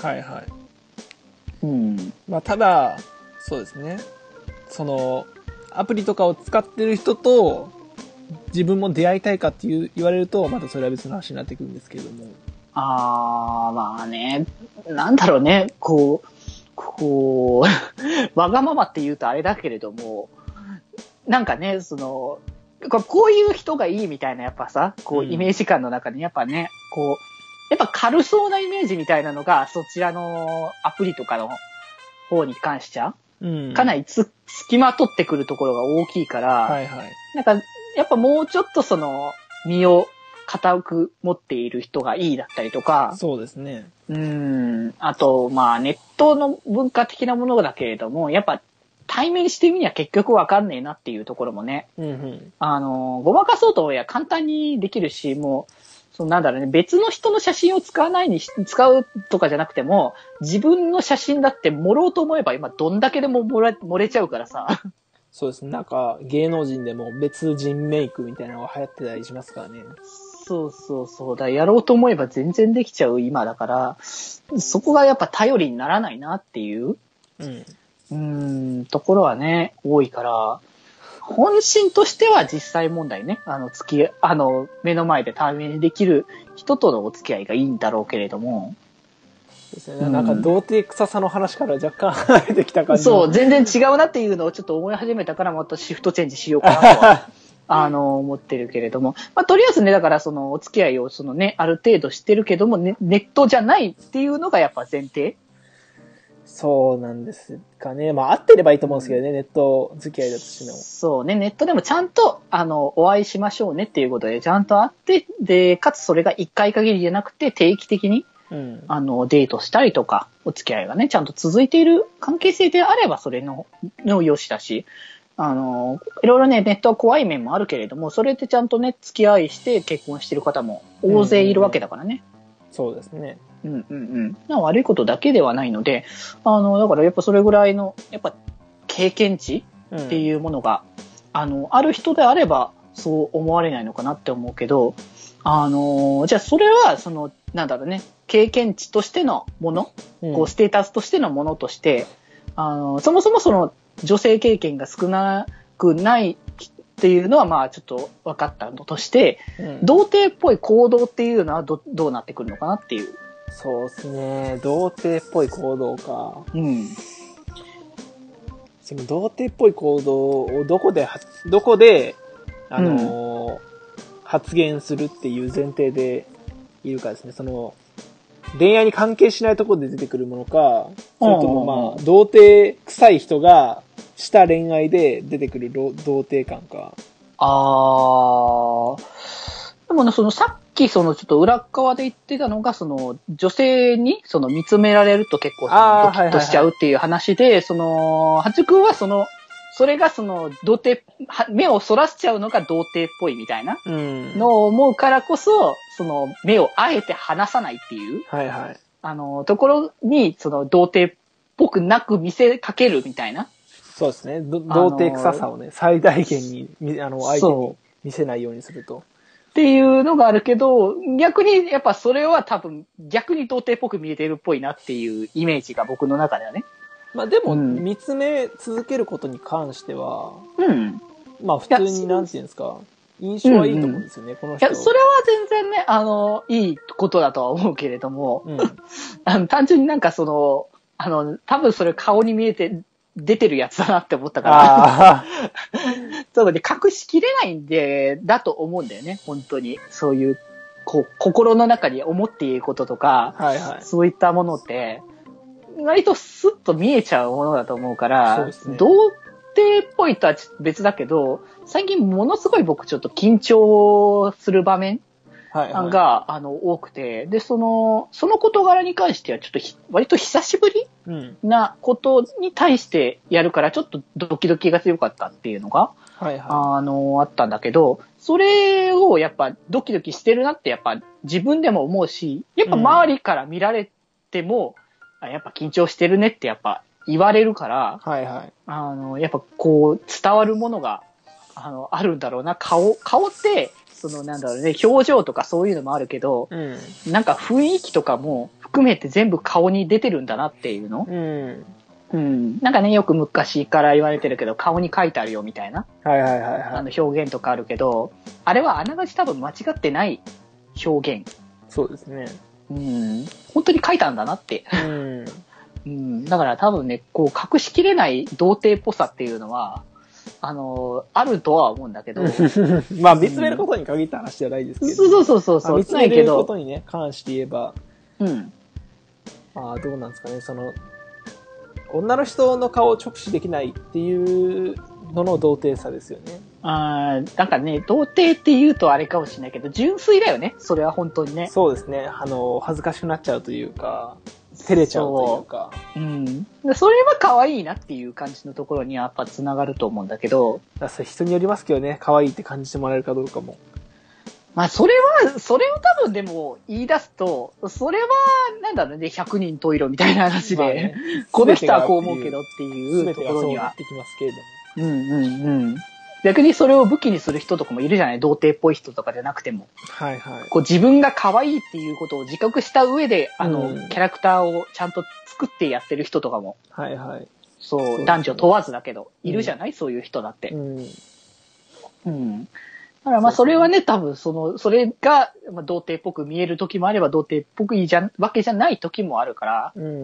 まあただ、そうですね。アプリとかを使ってる人と自分も出会いたいかって言われると、またそれは別の話になってくるんですけれども。 まあね、なんだろうね、こう、わがままって言うとあれだけれども、なんかね、こういう人がいいみたいな、やっぱさ、こう、イメージ感の中に、やっぱね、こう、 やっぱ軽そうなイメージみたいなのが、そちらのアプリとかの方に関しては、かなり付きまとってくるところが大きいから、 はいはい。 なんか、やっぱもうちょっと身を固く持っている人がいいだったりとか、 そうですね。 あと、まあ、ネットの文化的なものだけれども、やっぱ対面してみには結局わかんねえなっていうところもね、ごまかそうと思えば簡単にできるし、もう、なんだろうね、別の人の写真を使うとかじゃなくても、自分の写真だって盛ろうと思えば今どんだけでも盛れちゃうからさ。 そうですね。なんか芸能人でも別人メイクみたいなのが流行ってたりしますからね。 そう。だやろうと思えば全然できちゃう今だから、そこがやっぱ頼りにならないなっていう、ところはね、多いから、本心としては実際問題ね、目の前で対面できる人とのお付き合いがいいんだろうけれども。 ですね。なんか童貞臭さの話から若干離れてきた感じ。 そう、全然違うなっていうのをちょっと思い始めたからまたシフトチェンジしようかなとは。思ってるけれども。まあ、とりあえずね、だからお付き合いをある程度してるけども、ネットじゃないっていうのがやっぱ前提。 そうなんですかね。まあ、合ってればいいと思うんですけどね、ネット付き合いだとしても。 そうね、ネットでもちゃんと、お会いしましょうねっていうことで、ちゃんと会って、で、かつそれが一回限りじゃなくて、定期的に、デートしたりとか、お付き合いがね、ちゃんと続いている関係性であれば、それの良しだし、いろいろね、ネットは怖い面もあるけれども、それってちゃんとね、付き合いして結婚してる方も大勢いるわけだからね。 そうですね。 悪いことだけではないので、だからやっぱそれぐらいの、やっぱ経験値っていうものが、ある人であれば、そう思われないのかなって思うけど、じゃあそれは、なんだろうね、経験値としてのもの、こう、ステータスとしてのものとして、そもそも女性経験が少なくないっていうのはまあちょっと分かったのとして、童貞っぽい行動っていうのはどうなってくるのかなっていう。 そうですね。童貞っぽい行動か。その童貞っぽい行動をどこで、発言するっていう前提でいるかですね。恋愛に関係しないところで出てくるものか、それともまあ、童貞臭い人がした恋愛で出てくる童貞感か。 でもね、さっきちょっと裏側で言ってたのが、女性に見つめられると結構ドキッとしちゃうっていう話で、ハチ君はそれが童貞、目をそらしちゃうのが童貞っぽいみたいなのを思うからこそ、目をあえて離さないっていう、ところに、童貞っぽくなく見せかけるみたいな。 そうですね。童貞臭さをね、最大限に、相手に見せないようにすると。 っていうのがあるけど、逆にやっぱそれは多分逆に童貞っぽく見えてるっぽいなっていうイメージが僕の中ではね。 まあでも、見つめ続けることに関しては、まあ普通になんていうんですか、印象はいいと思うんですよね、この人。 いや、それは全然ね、いいことだとは思うけれども、単純になんか多分それ顔に見えて、出てるやつだなって思ったから。そうね、隠しきれないんだと思うんだよね、本当に。そういう、心の中に思っていることとか、そういったものって、割とスッと見えちゃうものだと思うから、童貞っぽいとは別だけど、最近ものすごい僕ちょっと緊張する場面が、多くて、で、その事柄に関してはちょっと割と久しぶりなことに対してやるから、ちょっとドキドキが強かったっていうのが、あったんだけど、それをやっぱドキドキしてるなってやっぱ自分でも思うし、やっぱ周りから見られても、やっぱ緊張してるねってやっぱ言われるから、やっぱこう伝わるものが、あるんだろうな。顔って、なんだろうね、表情とかそういうのもあるけど、なんか雰囲気とかも含めて全部顔に出てるんだなっていうの。なんかね、よく昔から言われてるけど、顔に書いてあるよみたいな、表現とかあるけど、あれはあながち多分間違ってない表現。 そうですね。 本当に書いたんだなって。だから多分ね、こう隠しきれない童貞っぽさっていうのは、 あるとは思うんだけど。 まあ見つめることに限った話じゃないですけど。 そう。 見つめることにね、関して言えば。 うん。 どうなんですかね、女の人の顔を直視できないっていうのの童貞さですよね。 なんかね、童貞って言うとあれかもしれないけど、純粋だよね。それは本当にね。 そうですね。恥ずかしくなっちゃうというか、照れちゃうというか。 うん。それは可愛いなっていう感じのところにやっぱ繋がると思うんだけど。 それ人によりますけどね、可愛いって感じてもらえるかどうかも。 まあ、それを多分でも言い出すと、それは、なんだろうね、100人十色みたいな話で、ね、この人はこう思うけどっていうところには。 全てがそうなってきますけれども。逆にそれを武器にする人とかもいるじゃない、童貞っぽい人とかじゃなくても。 はいはい。 こう自分が可愛いっていうことを自覚した上で、キャラクターをちゃんと作ってやってる人とかも。 はいはい。 そう、男女問わずだけど、いるじゃない、そういう人だって。だからまあそれはね、多分それが、まあ、童貞っぽく見える時もあれば、童貞っぽくわけじゃない時もあるから。で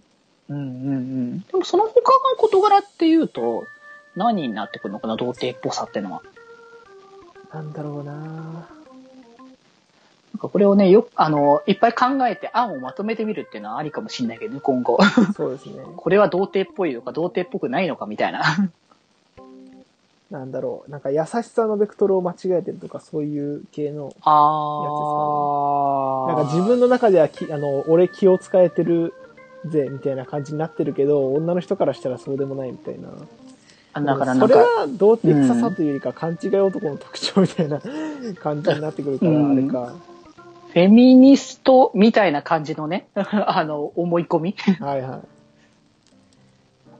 もその他の事柄っていうと、何になってくるのかな、童貞っぽさってのは。 なんだろうな。 なんかこれをね、いっぱい考えて案をまとめてみるっていうのはありかもしれないけどね、今後。 そうですね。 これは童貞っぽいのか、童貞っぽくないのかみたいな。 なんだろう。なんか優しさのベクトルを間違えてるとか、そういう系のやつですかね。なんか自分の中では俺気を使えてるぜ、みたいな感じになってるけど、女の人からしたらそうでもないみたいな。 だからそれは童貞臭さというよりか、勘違い男の特徴みたいな感じになってくるから、あれか。 フェミニストみたいな感じのね、思い込みはいはい。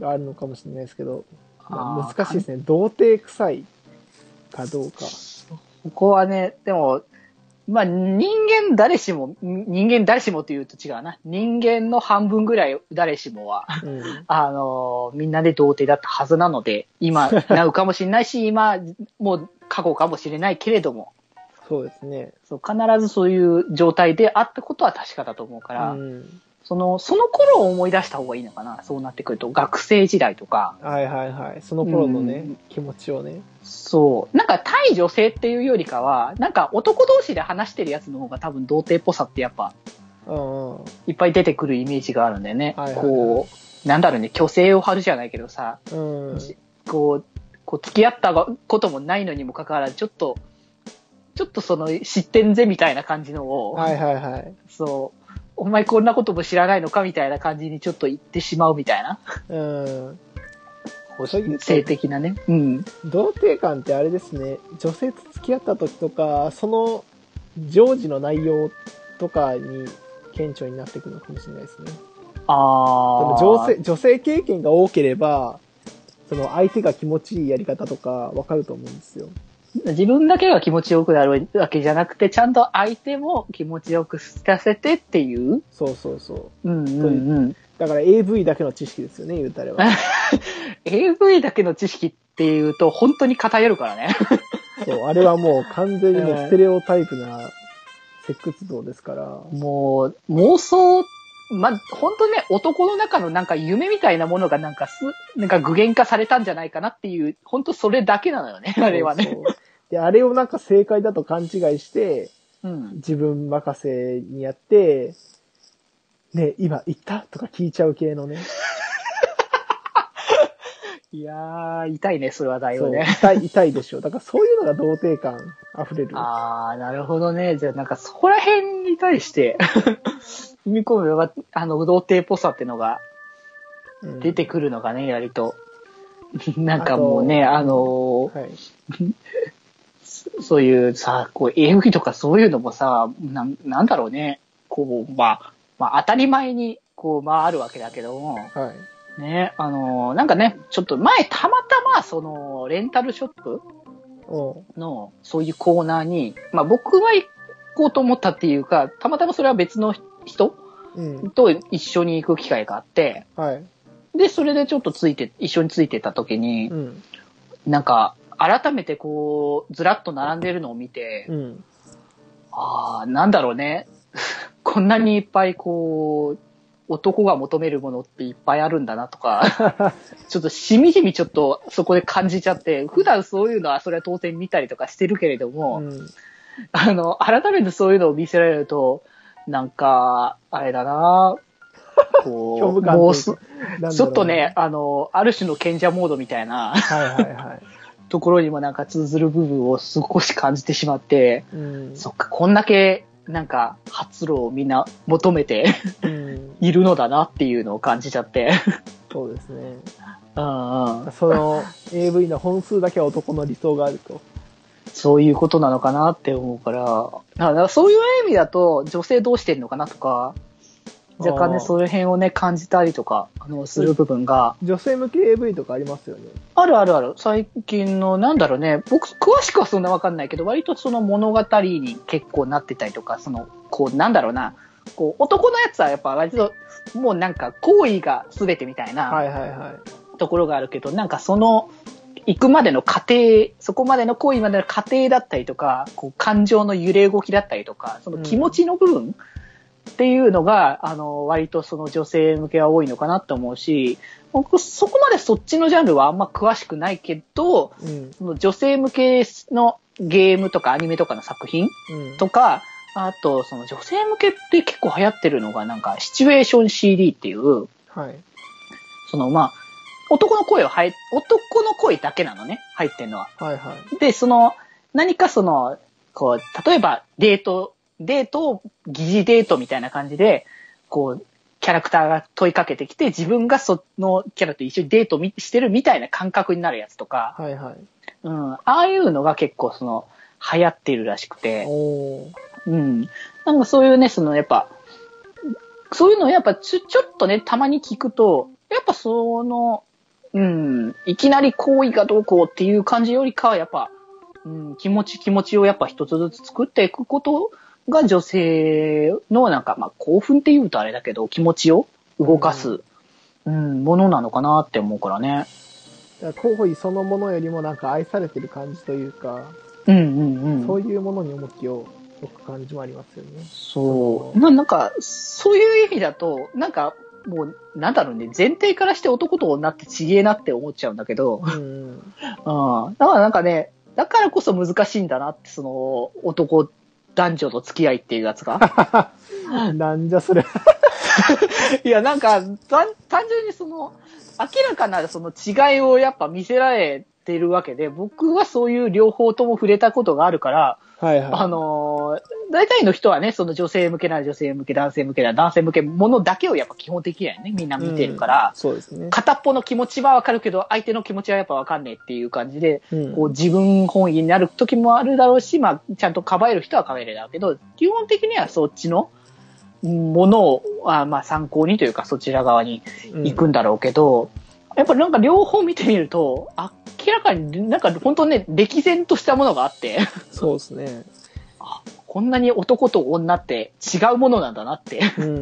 あるのかもしれないですけど、難しいですね。童貞臭いかどうか。 ここはね、でも、まあ人間誰しもって言うと違うな。人間の半分ぐらい誰しもは、みんなで童貞だったはずなので、今なうかもしれないし、今もう過去かもしれないけれども。 そうですね。 そう、必ずそういう状態であったことは確かだと思うから、その頃を思い出した方がいいのかな。そうなってくると、学生時代とか。 はいはいはい。その頃のね、気持ちをね。 そう。なんか対女性っていうよりかは、なんか男同士で話してるやつの方が多分童貞っぽさってやっぱ、いっぱい出てくるイメージがあるんだよね。こう、なんだろうね、虚勢を張るじゃないけどさ、こう付き合ったこともないのにもかかわらず、ちょっとその知ってんぜみたいな感じのを、そう、お前こんなことも知らないのかみたいな感じにちょっと言ってしまうみたいな。性的なね。 童貞感ってあれですね、女性と付き合った時とか、その常時の内容とかに顕著になってくるのかもしれないですね。でも女性経験が多ければ、その相手が気持ちいいやり方とかわかると思うんですよ。 自分だけが気持ちよくなるわけじゃなくて、ちゃんと相手も気持ちよくさせてっていう。 そう。だから AV だけの知識ですよね、言うたれば。 AV だけの知識っていうと本当に偏るからね。 そう、あれはもう完全にもうステレオタイプなセックス像ですから。 もう妄想、本当ね、男の中のなんか夢みたいなものがなんか具現化されたんじゃないかなっていう、本当それだけなのよね、あれはね。そうで、あれをなんか正解だと勘違いして、自分任せにやって、ね、今言ったとか聞いちゃう系のね。 いやー、痛いね、それはだいぶね。 痛いでしょ。だからそういうのが童貞感溢れる。 なるほどね。じゃあなんかそこら辺に対して、踏み込めば、童貞っぽさってのが、出てくるのかね、割と。なんかもうね、そういうさ、こう、AV とかそういうのもさ、なんだろうね、こう、まあ、当たり前に、こう、あるわけだけども、ね、なんかね、ちょっと前、たまたま、レンタルショップの、そういうコーナーに、僕は行こうと思ったっていうか、たまたまそれは別の人と一緒に行く機会があって、で、それでちょっと一緒についてた時に、なんか、改めてこう、ずらっと並んでるのを見て、なんだろうね。こんなにいっぱいこう、 男が求めるものっていっぱいあるんだなとか、ちょっとしみじみちょっとそこで感じちゃって、普段そういうのはそれは当然見たりとかしてるけれども、 うん。 改めてそういうのを見せられると、なんか、あれだなこ虚無う、もう感というかちょっとね、ある種の賢者モードみたいなはいはいはい。 ところにもなんか通ずる部分を少し感じてしまって、 うん。 そっか、こんだけなんか発露をみんな求めてうん。 いるのだなっていうのを感じちゃって。 そうですね。 うんうん、 その AV の本数だけは男の理想があると。 そういうことなのかなって思うから、だからそういう意味だと女性どうしてるのかなとか、若干ね、その辺をね、感じたりとか、する部分が。 女性向け AV とかありますよね。 あるあるある。最近の、なんだろうね、僕、詳しくはそんなわかんないけど、割とその物語に結構なってたりとか、こう、なんだろうな、こう、男のやつはやっぱ割と、もうなんか、行為が全てみたいな、 はいはいはい。 ところがあるけど、なんか行くまでの過程、そこまでの行為までの過程だったりとか、こう感情の揺れ動きだったりとか、その気持ちの部分っていうのが、割とその女性向けは多いのかなと思うし、僕そこまでそっちのジャンルはあんま詳しくないけど、その女性向けのゲームとかアニメとかの作品とか、あとその女性向けって結構流行ってるのがなんかシチュエーション CD っていう、 はい、 男の声だけなのね、入ってんのは。 はいはい。 で、何かこう、例えばデートを疑似デートみたいな感じで、こう、キャラクターが問いかけてきて、自分がそのキャラと一緒にデートしてるみたいな感覚になるやつとか、 はいはい。 うん、ああいうのが結構流行ってるらしくて、うん。なんかそういうね、やっぱ、そういうのをやっぱちょっとね、たまに聞くと、やっぱいきなり行為がどうこうっていう感じよりかは、やっぱ、気持ちをやっぱ一つずつ作っていくことが女性のなんか、まあ興奮って言うとあれだけど、気持ちを動かす、ものなのかなって思うからね。 行為そのものよりもなんか愛されてる感じというか、そういうものに重きを置く感じもありますよね。 そう。なんか、そういう意味だと、なんか、もう、なんだろうね、前提からして男と女ってちげえなって思っちゃうんだけど、だからなんかね、だからこそ難しいんだなって、男女の付き合いっていうやつが。 なんじゃそれ。 いや、なんか、単純に明らかな違いをやっぱ見せられているわけで、僕はそういう両方とも触れたことがあるから、はいはい、大体の人はね、女性向けなら女性向け、男性向けなら男性向けものだけをやっぱ基本的にはね、みんな見てるから、 そうですね。 片っぽの気持ちはわかるけど、相手の気持ちはやっぱわかんねえっていう感じで、こう自分本位になる時もあるだろうし、まあ、ちゃんとかばえる人はかばえるだろうけど、基本的にはそっちのものを、まあ参考にというかそちら側に行くんだろうけど、やっぱりなんか両方見てみると、明らかになんか本当ね、歴然としたものがあって。 そうですね。 こんなに男と女って違うものなんだなって。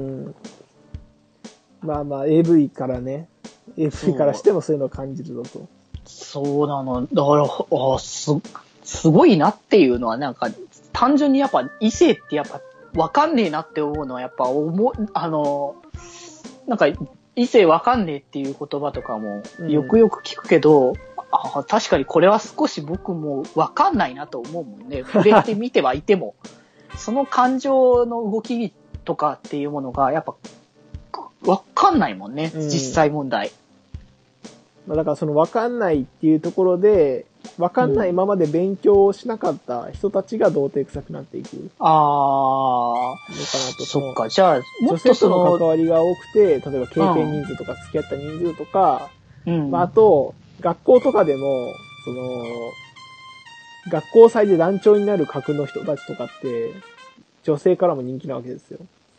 まあまあ AV からね、AV からしてもそういうのを感じるぞと。 そうなの。だから、すごいなっていうのはなんか、単純にやっぱ異性ってやっぱわかんねえなって思うのはやっぱなんか異性わかんねえっていう言葉とかもよくよく聞くけど、確かにこれは少し僕もわかんないなと思うもんね。触れてみてはいても。その感情の動きとかっていうものがやっぱわかんないもんね、実際問題。 だからわかんないっていうところで、わかんないままで勉強をしなかった人たちが童貞臭くなっていく。のかなと。 そっか、じゃあ、 女性との関わりが多くて、例えば経験人数とか付き合った人数とか、まあ、あと、学校とかでも、学校祭で団長になる格の人たちとかって、女性からも人気なわけですよ。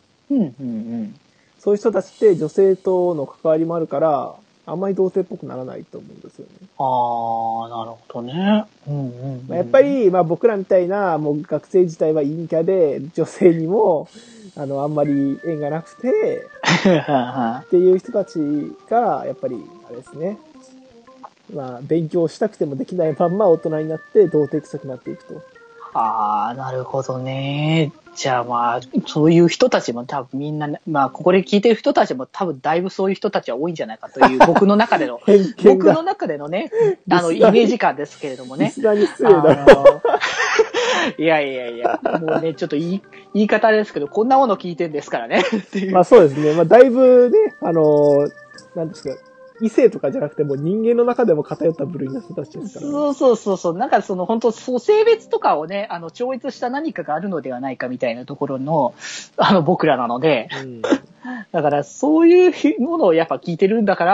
そういう人たちって女性との関わりもあるから、あんまり童貞っぽくならないと思うんですよね。 なるほどね。 やっぱり、まあ僕らみたいな、もう学生自体は陰キャで、女性にも、あんまり縁がなくて、っていう人たちが、やっぱり、あれですね。まあ、勉強したくてもできないまんま大人になって、童貞臭くなっていくと。 ああ、なるほどね。じゃあまあ、そういう人たちも多分みんな、まあ、ここで聞いてる人たちも多分だいぶそういう人たちは多いんじゃないかという、僕の中での、僕の中でのね、イメージ感ですけれどもね。 リスナーに失礼だいやいやいや、もうね、ちょっと言い方ですけど、こんなもの聞いてんですからね。 まあそうですね。まあだいぶね、なんですか、異性とかじゃなくても人間の中でも偏った部類の人たちですから、ね。 そう。なんかその本当、性別とかをね、超越した何かがあるのではないかみたいなところの、僕らなので、だからそういうものをやっぱ聞いてるんだから、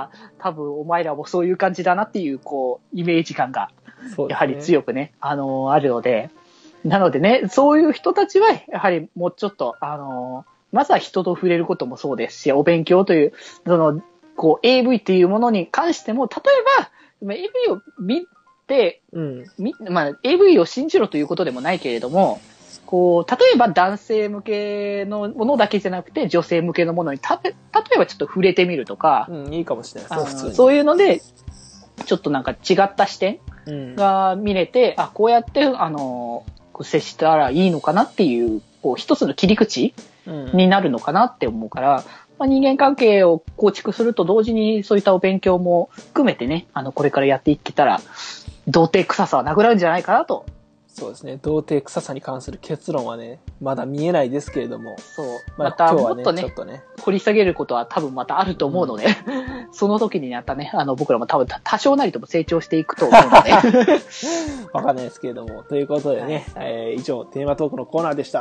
多分お前らもそういう感じだなっていう、こう、イメージ感が、やはり強くね、あるので、なのでね、そういう人たちは、やはりもうちょっと、まずは人と触れることもそうですし、お勉強という、こう、AV っていうものに関しても、例えば、AV を見て、まあ、AV を信じろということでもないけれども、こう、例えば男性向けのものだけじゃなくて、女性向けのものに、例えばちょっと触れてみるとか、 いいかもしれないですね。 そういうので、ちょっとなんか違った視点が見れて、こうやって、接したらいいのかなっていう、こう、一つの切り口になるのかなって思うから、まあ、人間関係を構築すると同時にそういったお勉強も含めてね、これからやっていけたら、童貞臭さはなくなるんじゃないかなと。 そうですね。童貞臭さに関する結論はね、まだ見えないですけれども。 そう。またもっとね、 ちょっとね、掘り下げることは多分またあると思うので、その時になったね、僕らも多分多少なりとも成長していくと思うので。 わかんないですけれども。ということでね、以上、テーマトークのコーナーでした。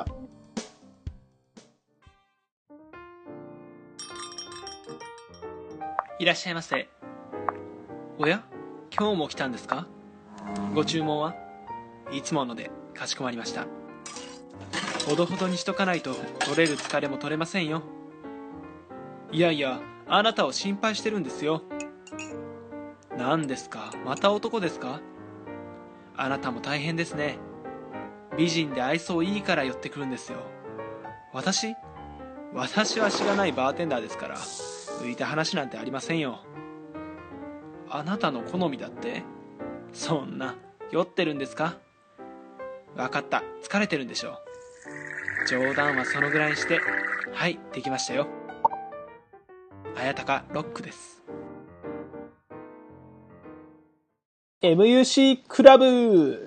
いらっしゃいませ。おや？今日も来たんですか？ご注文はいつものでかしこまりました。ほどほどにしとかないと取れる疲れも取れませんよ。いやいや、あなたを心配してるんですよ。何ですか？また男ですか？あなたも大変ですね。美人で愛想いいから寄ってくるんですよ。私はしがないバーテンダーですから、浮いた話なんてありませんよ。あなたの好みだって？そんな酔ってるんですか？わかった、疲れてるんでしょう。冗談はそのぐらいにして。はい、できましたよ。綾鷹ロックです。 MUC クラブ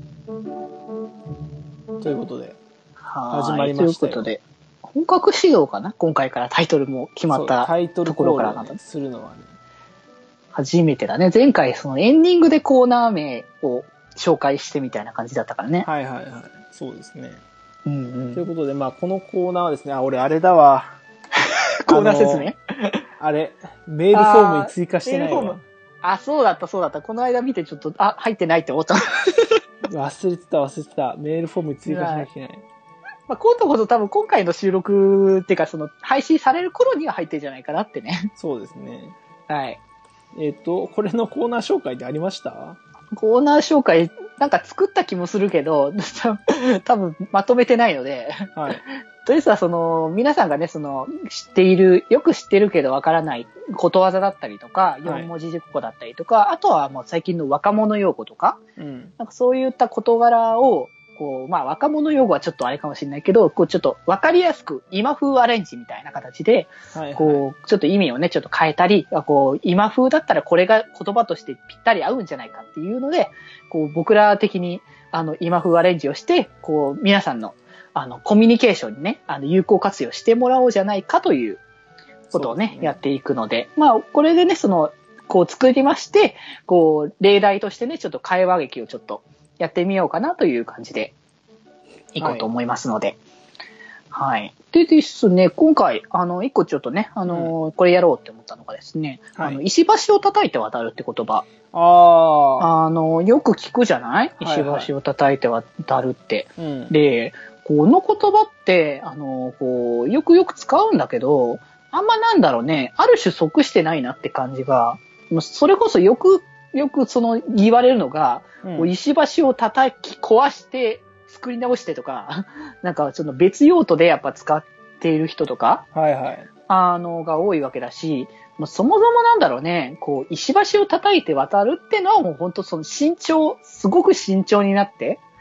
ということで始まりましたよ。 ということで本格始動かな、今回からタイトルも決まったところからなんだ、 するのはね、 初めてだね。前回そのエンディングでコーナー名を紹介してみたいな感じだったからね。 はいはいはい、そうですね。 ということで、まあこのコーナーはですね、俺あれだわ。 コーナー説明？ あれ、メールフォームに追加してないわ。 そうだった。この間見てちょっと、入ってないって思った。 忘れてた。メールフォームに追加しなきゃいけない。 まあ、今度こそ多分今回の収録っていうか、その配信される頃には入ってるんじゃないかなってね。 そうですね。 はい。 これのコーナー紹介ってありました？ コーナー紹介、なんか作った気もするけど、多分まとめてないので。 はい。 とりあえずは皆さんがね、よく知ってるけどわからないことわざだったりとか、4文字熟語だったりとか、あとはもう最近の若者用語とか、なんかそういった事柄を、こう、まあ若者用語はちょっとあれかもしれないけど、こうちょっとわかりやすく今風アレンジみたいな形で、こう、ちょっと意味をね、ちょっと変えたり、こう、今風だったらこれが言葉としてぴったり合うんじゃないかっていうので、こう、僕ら的に、今風アレンジをして、こう、皆さんの、コミュニケーションにね、有効活用してもらおうじゃないかということをね、やっていくので、まあ、これでね、こう作りまして、こう、例題としてね、ちょっと会話劇をちょっとやってみようかなという感じで、いこうと思いますので。はい。でですね、今回、一個ちょっとね、これやろうって思ったのがですね、石橋を叩いて渡るって言葉。よく聞くじゃない？石橋を叩いて渡るって。で、この言葉って、こう、よく使うんだけど、あんまなんだろうね、ある種即してないなって感じが、それこそよく言われるのが、石橋を叩き壊して作り直してとか、なんかその別用途でやっぱ使っている人とか、が多いわけだし、そもそもなんだろうね、こう、石橋を叩いて渡るってのはもう本当すごく慎重になって、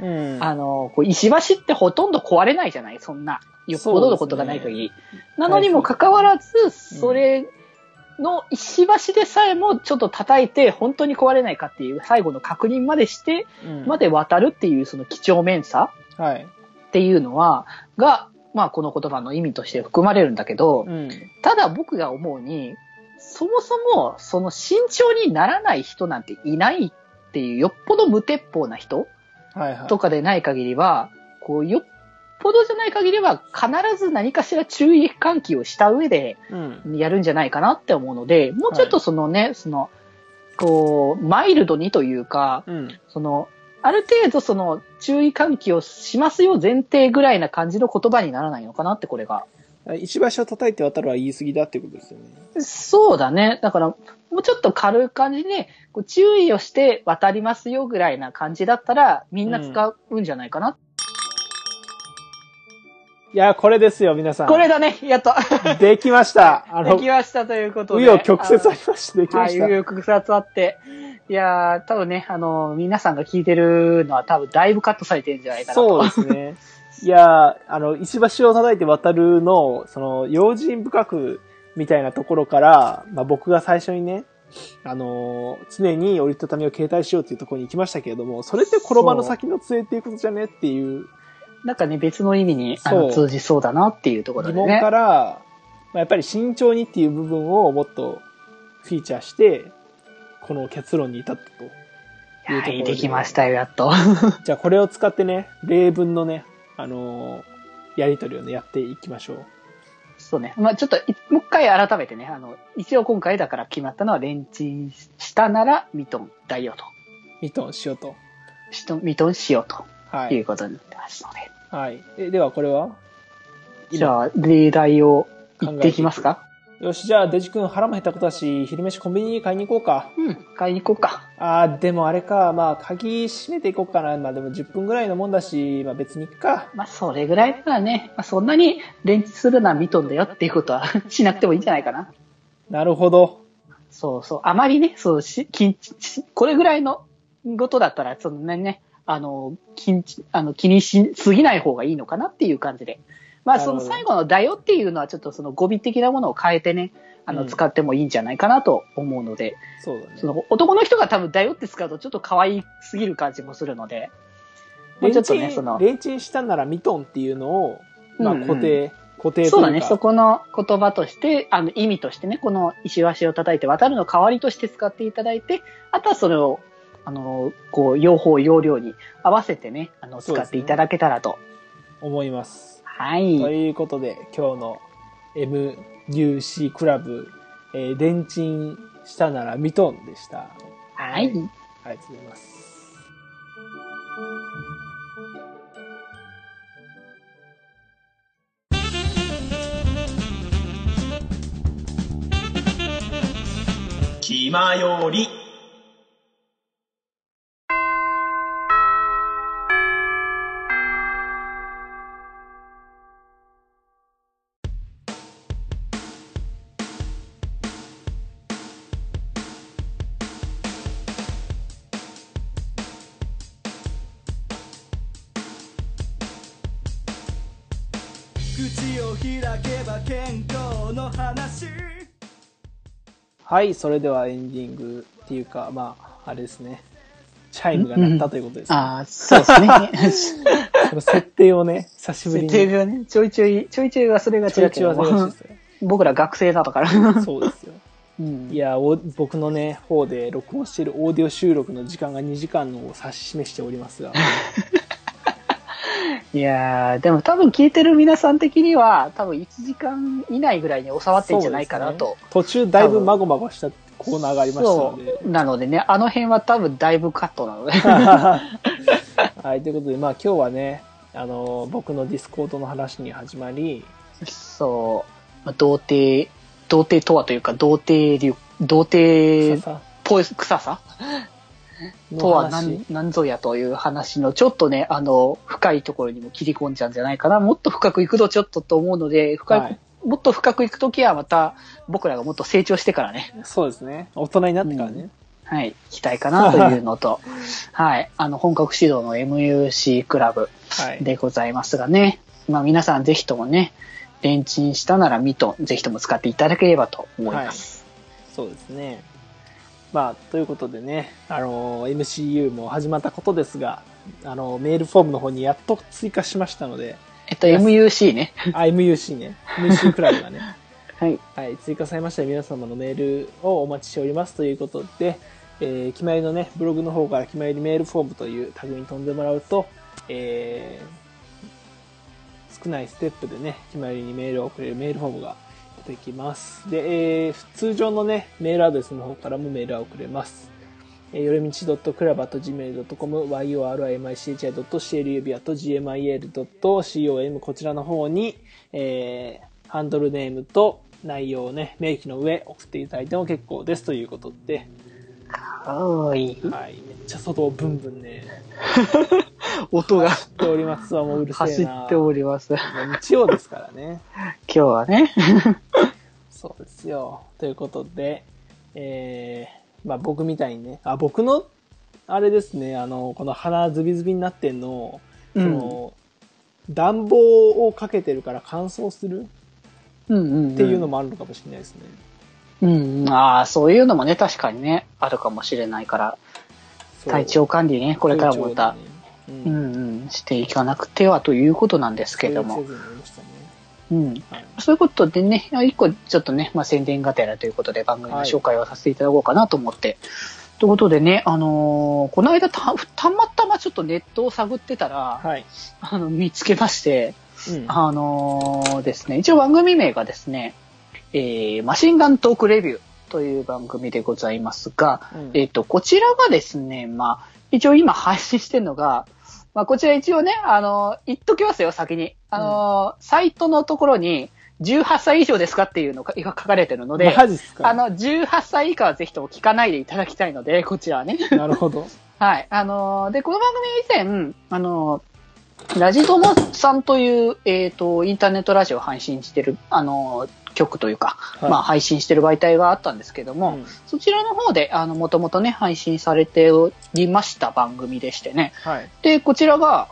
うん。 こう石橋ってほとんど壊れないじゃないそんな。よっぽどのことがない限り。なのにもかかわらず、それの石橋でさえもちょっと叩いて本当に壊れないかっていう最後の確認までして、まで渡るっていうその几帳面さっていうのは、まあこの言葉の意味として含まれるんだけど、ただ僕が思うに、そもそもその慎重にならない人なんていないっていう、よっぽど無鉄砲な人とかでない限りは、こうよっぽどじゃない限りは必ず何かしら注意喚起をした上でやるんじゃないかなって思うので、もうちょっとそのね、こう、マイルドにというか、ある程度その注意喚起をしますよ前提ぐらいな感じの言葉にならないのかなって、これが。 石橋を叩いて渡るは言い過ぎだっていうことですよね。 そうだね。だから、もうちょっと軽い感じで、こう注意をして渡りますよぐらいな感じだったら、みんな使うんじゃないかな。 いや、これですよ、皆さん。 これだね、やっと。 できました。 できましたということで。 紆余曲折ありまして、できました。 はい、紆余曲折あって。いやー、多分ね、皆さんが聞いてるのは多分だいぶカットされてるんじゃないかなと。 そうですね。いやー、石橋を叩いて渡るの、用心深くみたいなところから、まあ僕が最初にね、常に折りたたみを携帯しようっていうところに行きましたけれども、それって転ばの先の杖っていうことじゃねっていう。 なんかね、別の意味に通じそうだなっていうところでね。 疑問から、まあ、やっぱり慎重にっていう部分をもっとフィーチャーして、この結論に至ったというところで。 はい、できましたよ、やっと。 じゃあこれを使ってね、例文のね、やりとりをね、やっていきましょう。 そうね。まあちょっと、もう一回改めてね、一応今回だから決まったのは、レンチンしたならミトンだよと。 ミトンしようと。 ミトンしようと。 はい。 いうことになってますので。 はい。ではこれはじゃあ、例題を言っていきますか？ よし、じゃあ、デジ君腹も減ったことだし、昼飯コンビニに買いに行こうか。 買いに行こうか。でもあれか、まあ、鍵閉めていこうかな。まあでも10分ぐらいのもんだし、まあ別に行くか。 まあそれぐらいだね。まあそんなに連日するのはミトンだよっていうことはしなくてもいいんじゃないかな。 なるほど。 そうそう。あまりね、これぐらいのことだったら、そんなにね、気にしすぎない方がいいのかなっていう感じで。まあその最後のだよっていうのはちょっとその語尾的なものを変えてね、使ってもいいんじゃないかなと思うので。 そうだね。 その男の人が多分だよって使うとちょっと可愛すぎる感じもするので。 ちょっとね、レンチンしたならミトンっていうのを、まあ固定というか。 そうだね。そこの言葉として、意味としてね、この石橋を叩いて渡るの代わりとして使っていただいて、あとはそれを、こう、用法、用量に合わせてね、使っていただけたらと。 思います。 はい。 ということで、今日の MUC クラブ、レンチンしたならミトンでした。 はい。ありがとうございます。 気まより。口を開けば健康の話。 はい、それではエンディングっていうか、まあ、あれですね。チャイムが鳴ったということですね。 そうですね。 その設定をね、久しぶりに。 設定がね、ちょいちょい忘れがちだけど。僕ら学生だから。 そうですよ。いや、僕のね、方で録音しているオーディオ収録の時間が2時間のを指し示しておりますが。 いやー、でも多分聞いてる皆さん的には、多分1時間以内ぐらいに収まってんじゃないかなと。 ね、途中だいぶまごまごしたコーナーがありましたので。 なのでね、あの辺は多分だいぶカットなので。 はい、ということで、まあ今日はね、僕のディスコードの話に始まり、 そう、まあ、童貞とはというか、童貞っぽい臭さとは何ぞやという話のちょっとね、深いところにも切り込んじゃうんじゃないかな。もっと深くいくとちょっとと思うので、もっと深くいくときはまた僕らがもっと成長してからね。 そうですね。大人になってからね。 はい、期待かなというのと、はい、本格指導の MUC クラブでございますがね、まあ皆さんぜひともね、レンチンしたならミトンぜひとも使っていただければと思います。 はい、そうですね。まあ、ということでね、MCU も始まったことですが、メールフォームの方にやっと追加しましたので。 MUC ね。 MUC ね。MUC クラブがね。 はい。 はい、追加されました皆様のメールをお待ちしておりますということで、決まりのね、ブログの方から決まりメールフォームというタグに飛んでもらうと、少ないステップでね、決まりにメールを送れるメールフォームができます。で、通常のね、メールアドレスの方からもメールは送れます。よれみち.club@gmail.com、yorimichi.club@gmail.com、こちらの方に、ハンドルネームと内容をね、明記の上送っていただいても結構ですということで。 はい。 はい。めっちゃ外をブンブンね。 音が。 走っておりますわ、もううるせえな。 走っております。 日曜ですからね。 今日はね。 そうですよ。ということで、まあ僕みたいにね、僕の、あれですね、この鼻ズビズビになってんの、暖房をかけてるから乾燥するっていうのもあるのかもしれないですね。 そういうのもね、確かにね、あるかもしれないから、体調管理ね、これからもまた、していかなくてはということなんですけれども。そういうことでね、一個ちょっとね、まあ、宣伝がてらということで番組の紹介をさせていただこうかなと思って。ということでね、この間たまたまちょっとネットを探ってたら、見つけまして、ですね、一応番組名がですね、マシンガントークレビューという番組でございますが、こちらがですね、まあ、一応今配信してるのが、まあ、こちら一応ね、言っときますよ、先に。サイトのところに、18歳以上ですかっていうのが書かれてるので、 マジっすか 18歳以下はぜひとも聞かないでいただきたいので、こちらはね。 なるほど。 はい。で、この番組以前、ラジドモさんという、インターネットラジオを配信してる、局というか、まあ配信してる媒体があったんですけども、そちらの方で、もともとね、配信されておりました番組でしてね。で、こちらが、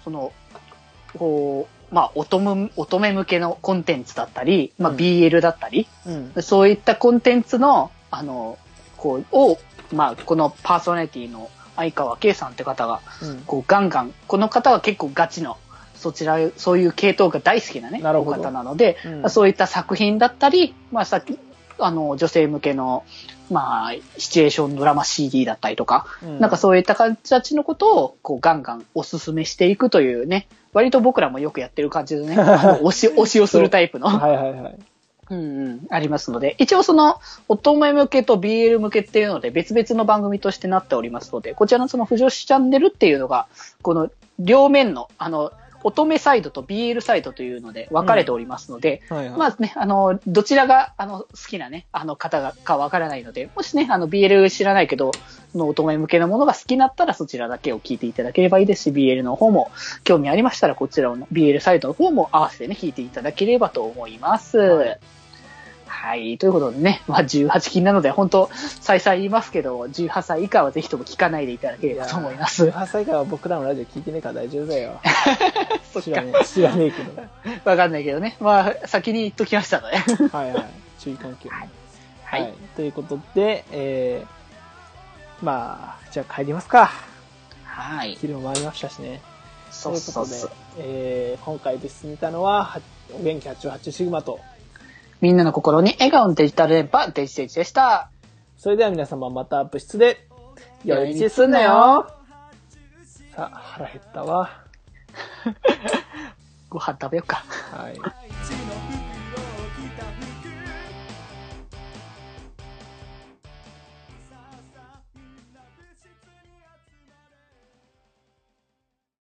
まあ、乙女向けのコンテンツだったり、まあ、BL だったり、そういったコンテンツの、まあ、このパーソナリティの相川圭さんって方が、ガンガン、この方は結構ガチの、そういう系統が大好きなね、お方なので、そういった作品だったり、まあ、女性向けの、まあ、シチュエーションドラマ CD だったりとか、なんかそういった形のことを、ガンガンおすすめしていくというね、割と僕らもよくやってる感じでね、推しをするタイプの。ありますので、一応その、乙女向けと BL 向けっていうので別々の番組としてなっておりますので、こちらのその不女子チャンネルっていうのが、この両面の、乙女サイドと BL サイドというので分かれておりますので、まあね、どちらが、好きなね、方か分からないので、もしね、BL 知らないけど、乙女向けのものが好きだったらそちらだけを聞いていただければいいですし、BL の方も興味ありましたら、こちらの BL サイドの方も合わせてね、聞いていただければと思います。はい。ということでね、まあ18禁なので、本当再々言いますけど、18歳以下はぜひとも聞かないでいただければと思います。 18歳以下は僕らのラジオ聞いてねえから大丈夫だよ。知らねえけど。 わかんないけどね。まあ、先に言っときましたので。 注意喚起を。はい。ということで、まあ、じゃあ帰りますか。 はい。 昼も回りましたしね。 そうそうそう。 ということで、今回で進めたのは、お元気88シグマと、 みんなの心に笑顔のデジタル電波、デジデジでした。 それでは皆様また部室で、良い一日すんなよ。さあ、腹減ったわ。 ご飯食べようか。 はい。